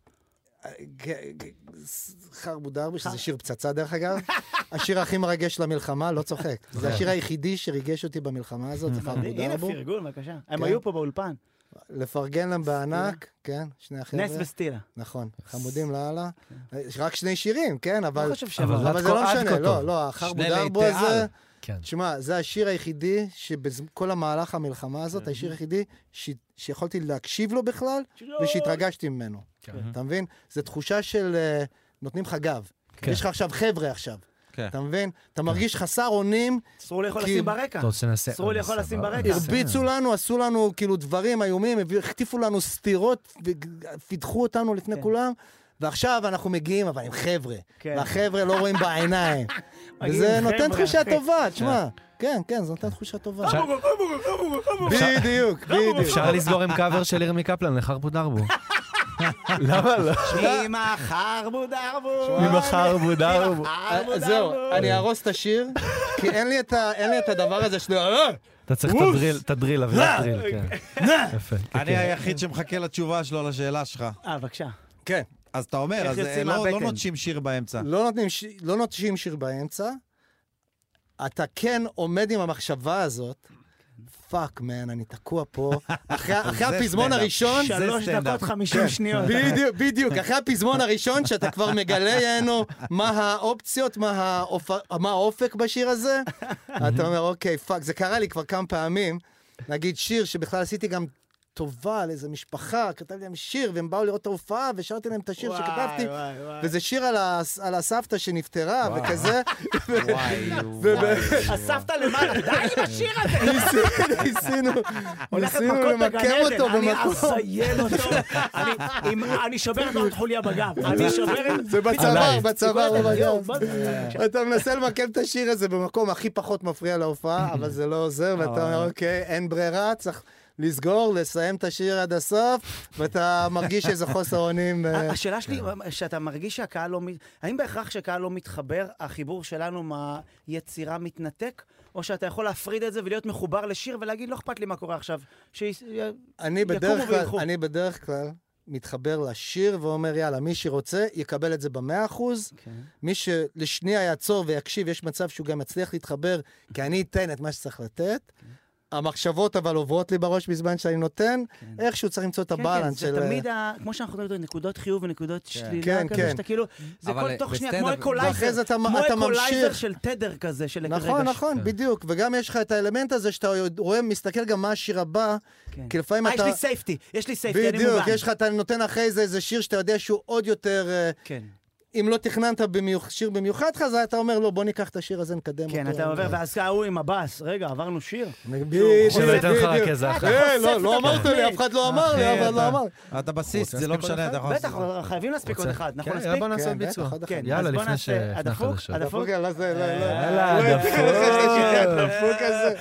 חרבו דרבו, שזה שיר פצצה דרך אגב. השיר הכי מרגש למלחמה, לא צוחק. זה השיר היחידי שריגש אותי במלחמה הזאת, זה חרבו דרבו. הנה פרגון, בבקשה. הם היו פה באולפן. לפרגן להם בענק, כן, שני החבר'ה. נס וסטילה. נכון, חמודים לאללה. רק שני שירים, כן, אבל זה אבל לא משנה, לא, החרבו דרבו הזה... תשמע, זה השיר היחידי שבכל המהלך המלחמה הזאת, השיר היחידי שיכולתי להקשיב לו בכלל, ושהתרגשתי ממנו. אתה מבין? זו תחושה של נותנים לך גב. יש לך עכשיו חבר'ה עכשיו. אתה מבין? אתה מרגיש חסר אונים. סרול יכול לשים ברקע. סרול יכול לשים ברקע. הרביצו לנו, עשו לנו כאילו דברים איומים, החטיפו לנו סתירות, ופיתחו אותנו לפני כולם. ועכשיו אנחנו מגיעים, אבל עם חבר'ה. והחבר'ה לא רואים בעיניים. וזה נותן תחושה טובה, תשמע. כן, זה נותן תחושה טובה. בדיוק. אפשר לסגור עם קאבר של ירמי קפלן לחרבו דרבו. למה לא? ממחרבו דרבו. ממחרבו דרבו. זהו, אני ארוס את השיר, כי אין לי את הדבר הזה שלו. אתה צריך את הדריל, אווירת דריל, כן. אני היחיד שמחכה לתשובה שלו לשאלה שלך. בבקשה. כן. אז אתה אומר, אז לא נוטשים שיר באמצע. לא נוטשים שיר באמצע. אתה כן עומד עם המחשבה הזאת, פאק, מן, אני תקוע פה. אחרי הפזמון הראשון... 3 דקות 50 שניות. בדיוק, אחרי הפזמון הראשון, שאתה כבר מגלה יענו מה האופציות, מה האופק בשיר הזה, אתה אומר, אוקיי, פאק, זה קרה לי כבר כמה פעמים. נגיד שיר שבכלל עשיתי גם טובה על איזו משפחה, כתבתי להם שיר, והם באו לראות את ההופעה, ושרתי להם את השיר שכתבתי, וזה שיר על הסבתא שנפטרה, וכזה. הסבתא למעלה, די עם השיר הזה! ניסינו למקם אותו במקום. אני אסיין אותו, אני שובר את עוד חוליה בגב, זה בצוואר בגב. אתה מנסה למקם את השיר הזה במקום הכי פחות מפריע להופעה, אבל זה לא עוזר, ואתה אומר, אוקיי, אין ברירה, צריך לסגור, לסיים את השיר עד הסוף, ואתה מרגיש איזה חוסר אונים. השאלה שלי, שאתה מרגיש שהקהל לא... האם בהכרח שהקהל לא מתחבר, החיבור שלנו מהיצירה מתנתק, או שאתה יכול להפריד את זה ולהיות מחובר לשיר ולהגיד, לא אכפת לי מה קורה עכשיו, אני בדרך כלל מתחבר לשיר ואומר, יאללה, מי שרוצה יקבל את זה ב100%, מי שלשנייה יעצור ויקשיב, יש מצב שהוא גם מצליח להתחבר, כי אני אתן את מה שצריך לתת, המחשבות אבל עוברות לי בראש בזמן שאני נותן, איכשהו צריך למצוא את הבלנס של... זה תמיד, כמו שאנחנו יודעים, נקודות חיוב ונקודות שלילה כזה, שאתה כאילו, זה כל תוך שנייה, כמו אקולייזר של תדר כזה, של רגש. נכון, בדיוק, וגם יש לך את האלמנט הזה שאתה רואה, מסתכל גם מה השיר הבא, כי לפעמים אתה... יש לי סייפטי, אני מובן. בדיוק, אתה נותן אחרי זה איזה שיר שאתה יודע שהוא עוד יותר... אם לא תכננת שיר במיוחד חזר, אתה אומר, לא, בוא ניקח את השיר הזה, נקדם אותו. כן, אתה עובר, ואז הוא עם הבאס, רגע, עברנו שיר. שלא ייתן לך רק איזה אחר. לא אמרת לי, אף אחד לא אמר לי, אבל לא אמר. אתה בסיס, זה לא משנה, אתה יכול... בטח, חייבים להספיק עוד אחד, נכון? כן, בוא נעשה ביצוע. יאללה, לפני החדשות. הדפוק, יאללה, זה, יאללה, הדפוק הזה.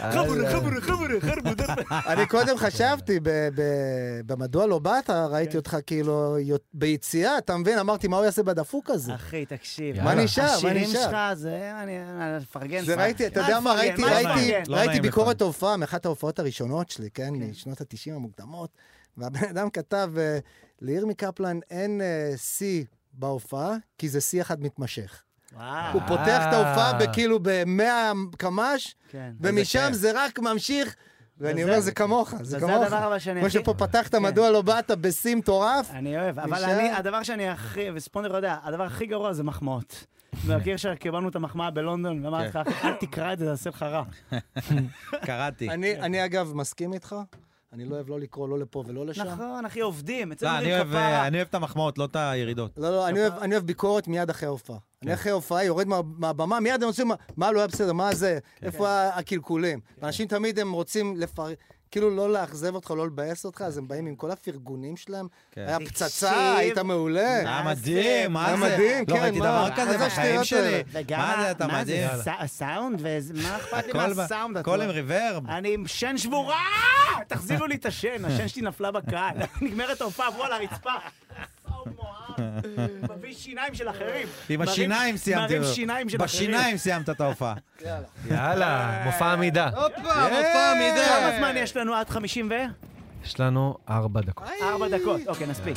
אני קודם חשבתי, במדוע לא באת, ראיתי אותך כאילו ביציאה, אתה מבין? אמרתי, מה הוא יעשה בדפוק הזה? אחי, תקשיב. מה נשאר? השירים שלך, זה, אני אפרגן. זה ראיתי, אתה יודע מה, ראיתי ביקורת ההופעה, מאחת ההופעות הראשונות שלי, כן, משנות ה-90 המוקדמות, והבן אדם כתב, לירמי קפלן אין C בהופעה, כי זה C אחד מתמשך. הוא פותח את ההופעה בכאילו ב-100 קמ"ש, ומשם זה רק ממשיך, ואני אומר, זה כמוך, זה כמוך. כמו שפה פתחת, מדוע לא באת בסים מטורף. אני אוהב, אבל הדבר שאני הכי, וספונדר יודע, הדבר הכי גרוע זה מחמאות. והכיר שקיבלנו את המחמאה בלונדון, ואמרתי לך, אל תקרא את זה, זה עושה לך רע. קראתי. אני אגב מסכים איתך. אני לא אוהב לא לקרוא לא לפה ולא לשם. נכון, אחי, עובדים. אני אוהב את המחמאות, לא את הירידות. לא, אני אוהב ביקורת מיד אחרי ההופעה. אני אחרי ההופעה יורד מהבמה, מיד הם רוצים, מה לא היה בסדר, מה זה, איפה הקלקולים. אנשים תמיד הם רוצים כאילו לא לאכזב אותך, לא לבאס אותך, אז הם באים עם כל הפרגונים שלהם. היה פצצה, היית מעולה. היה מדהים, מה זה? מדהים, כן, לא ראיתי דבר כזה בחיים שלי. מה זה, אתה מדהים? הסאונד, ומה אכפת לי מהסאונד? הכל עם ריברב. אני עם שן שבורה! תחזירו לי את השן, השן שלי נפלה בקהל. נגמרת ההופעה, עברו על הרצפה. סאונד מואר. מביא שיניים של אחרים. עם השיניים סיימתי. בשיניים סיימת את ההופעה. יאללה, מופע עמידה. הופה, מופע עמידה. כמה זמן יש לנו עד 50 ו? יש לנו 4 דקות. 4 דקות, אוקיי, נספיק.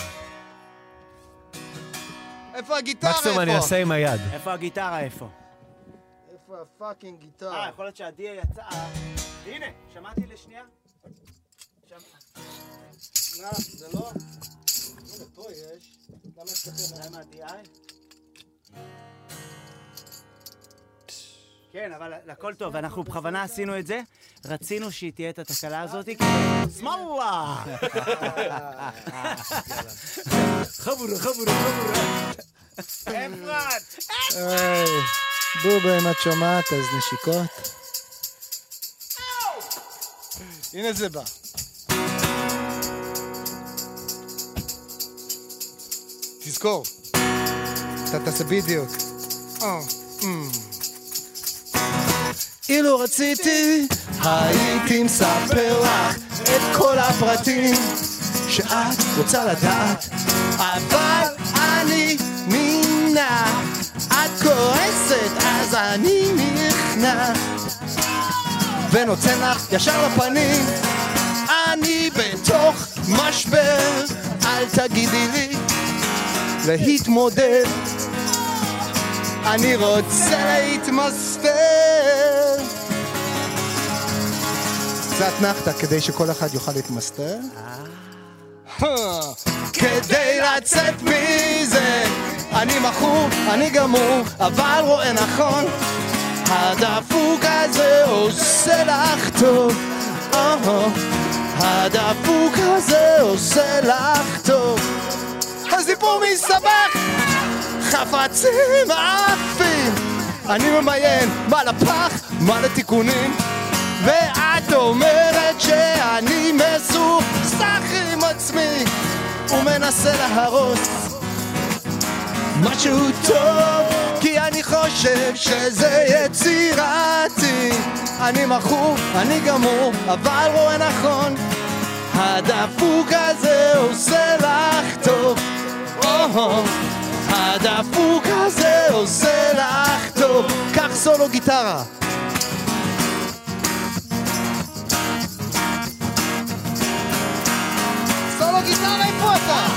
איפה הגיטרה? מקסימום אני אעשה עם היד. איפה הגיטרה? איפה? איפה הפאקינג גיטרה? יכול להיות שהדיה יצא... הנה, שמעתי לשנייה. זה לא... הנה, פה יש. למה יש לכם? למה ה-DI? כן, אבל הכל טוב, ואנחנו בכוונה עשינו את זה, רצינו שהיא תהיה את התקלה הזאת, שמאללה! חבורה. אפרת! בובה, אם את שומעת, אז נשיקות. הנה זה בא. תזכור, אתה תעשה בדיוק. אילו רציתי, הייתי מספר לך את כל הפרטים שאת רוצה לדעת, אבל אני נמנע. את כועסת, אז אני נכנע ונותן לך ישר לפנים. אני בתוך משבר, אל תגידי לי להתמודד, אני רוצה להתמספר. קצת נחת כדי שכל אחד יוכל להתמספר. כדי לצאת מזה, אני מכור, אני גמור, אבל רואה נכון, הדפוק הזה עושה לך טוב. הדפוק הזה עושה לך טוב. הסיפור מסתבך, חפצים עפים, אני ממיין מה לפח, מה לתיקונים, ואת אומרת שאני מסוכסך עם עצמי ומנסה להרוס משהו טוב, כי אני חושב שזה יצירתי. אני מכור, אני גמור, אבל רואה נכון, הדפוק הזה עושה לך טוב. הדפוק הזה עושה לך טוב. קח סולו גיטרה. סולו גיטרה, איפה אתה?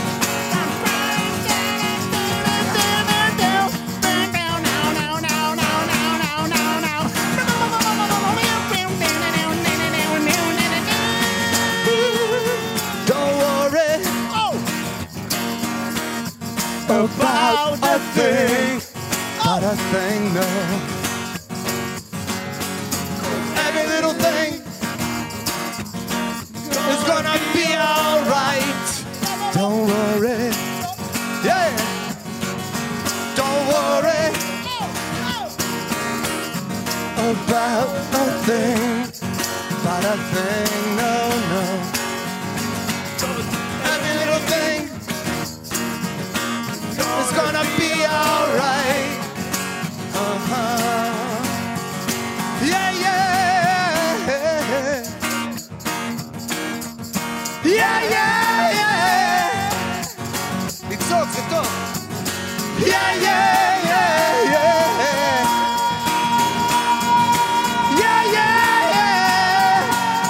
think, but I think no. Every little thing is gonna be alright. Don't worry, yeah. Don't worry about a thing, but I think no, no. Every little thing is gonna be alright. Yeah, yeah. Yeah, yeah, yeah. לצעוק זה טוב. Yeah, yeah, yeah, yeah. Yeah, yeah, yeah.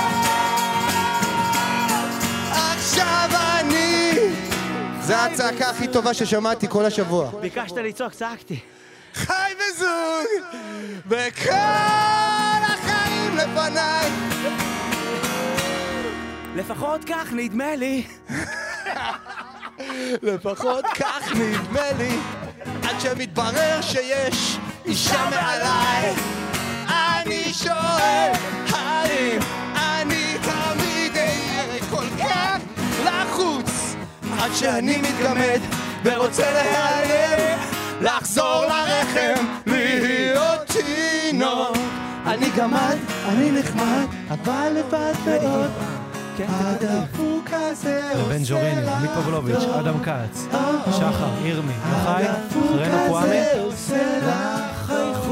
עכשיו אני, זה הצעקה הכי טובה ששמעתי כל השבוע. ביקשת לצעוק, צעקתי. חי וזוג בכל החיים לפניי. לפחות כך נדמה לי. לפחות כך נדמה לי, עד שמתברר שיש אישה מעליי. אני שואל, האם אני תמיד אהיה כל כך לחוץ, עד שאני מתגמד ורוצה להיעלם, לחזור לרחם, להיות תינוק. אני גמד, אני נחמד, אבל לבד מאוד. הדפוק הזה בן ג'וריני, עמית פבלוביץ', אדם כץ, שחר, ירמי, יוחאי, אחרינו קוואמי.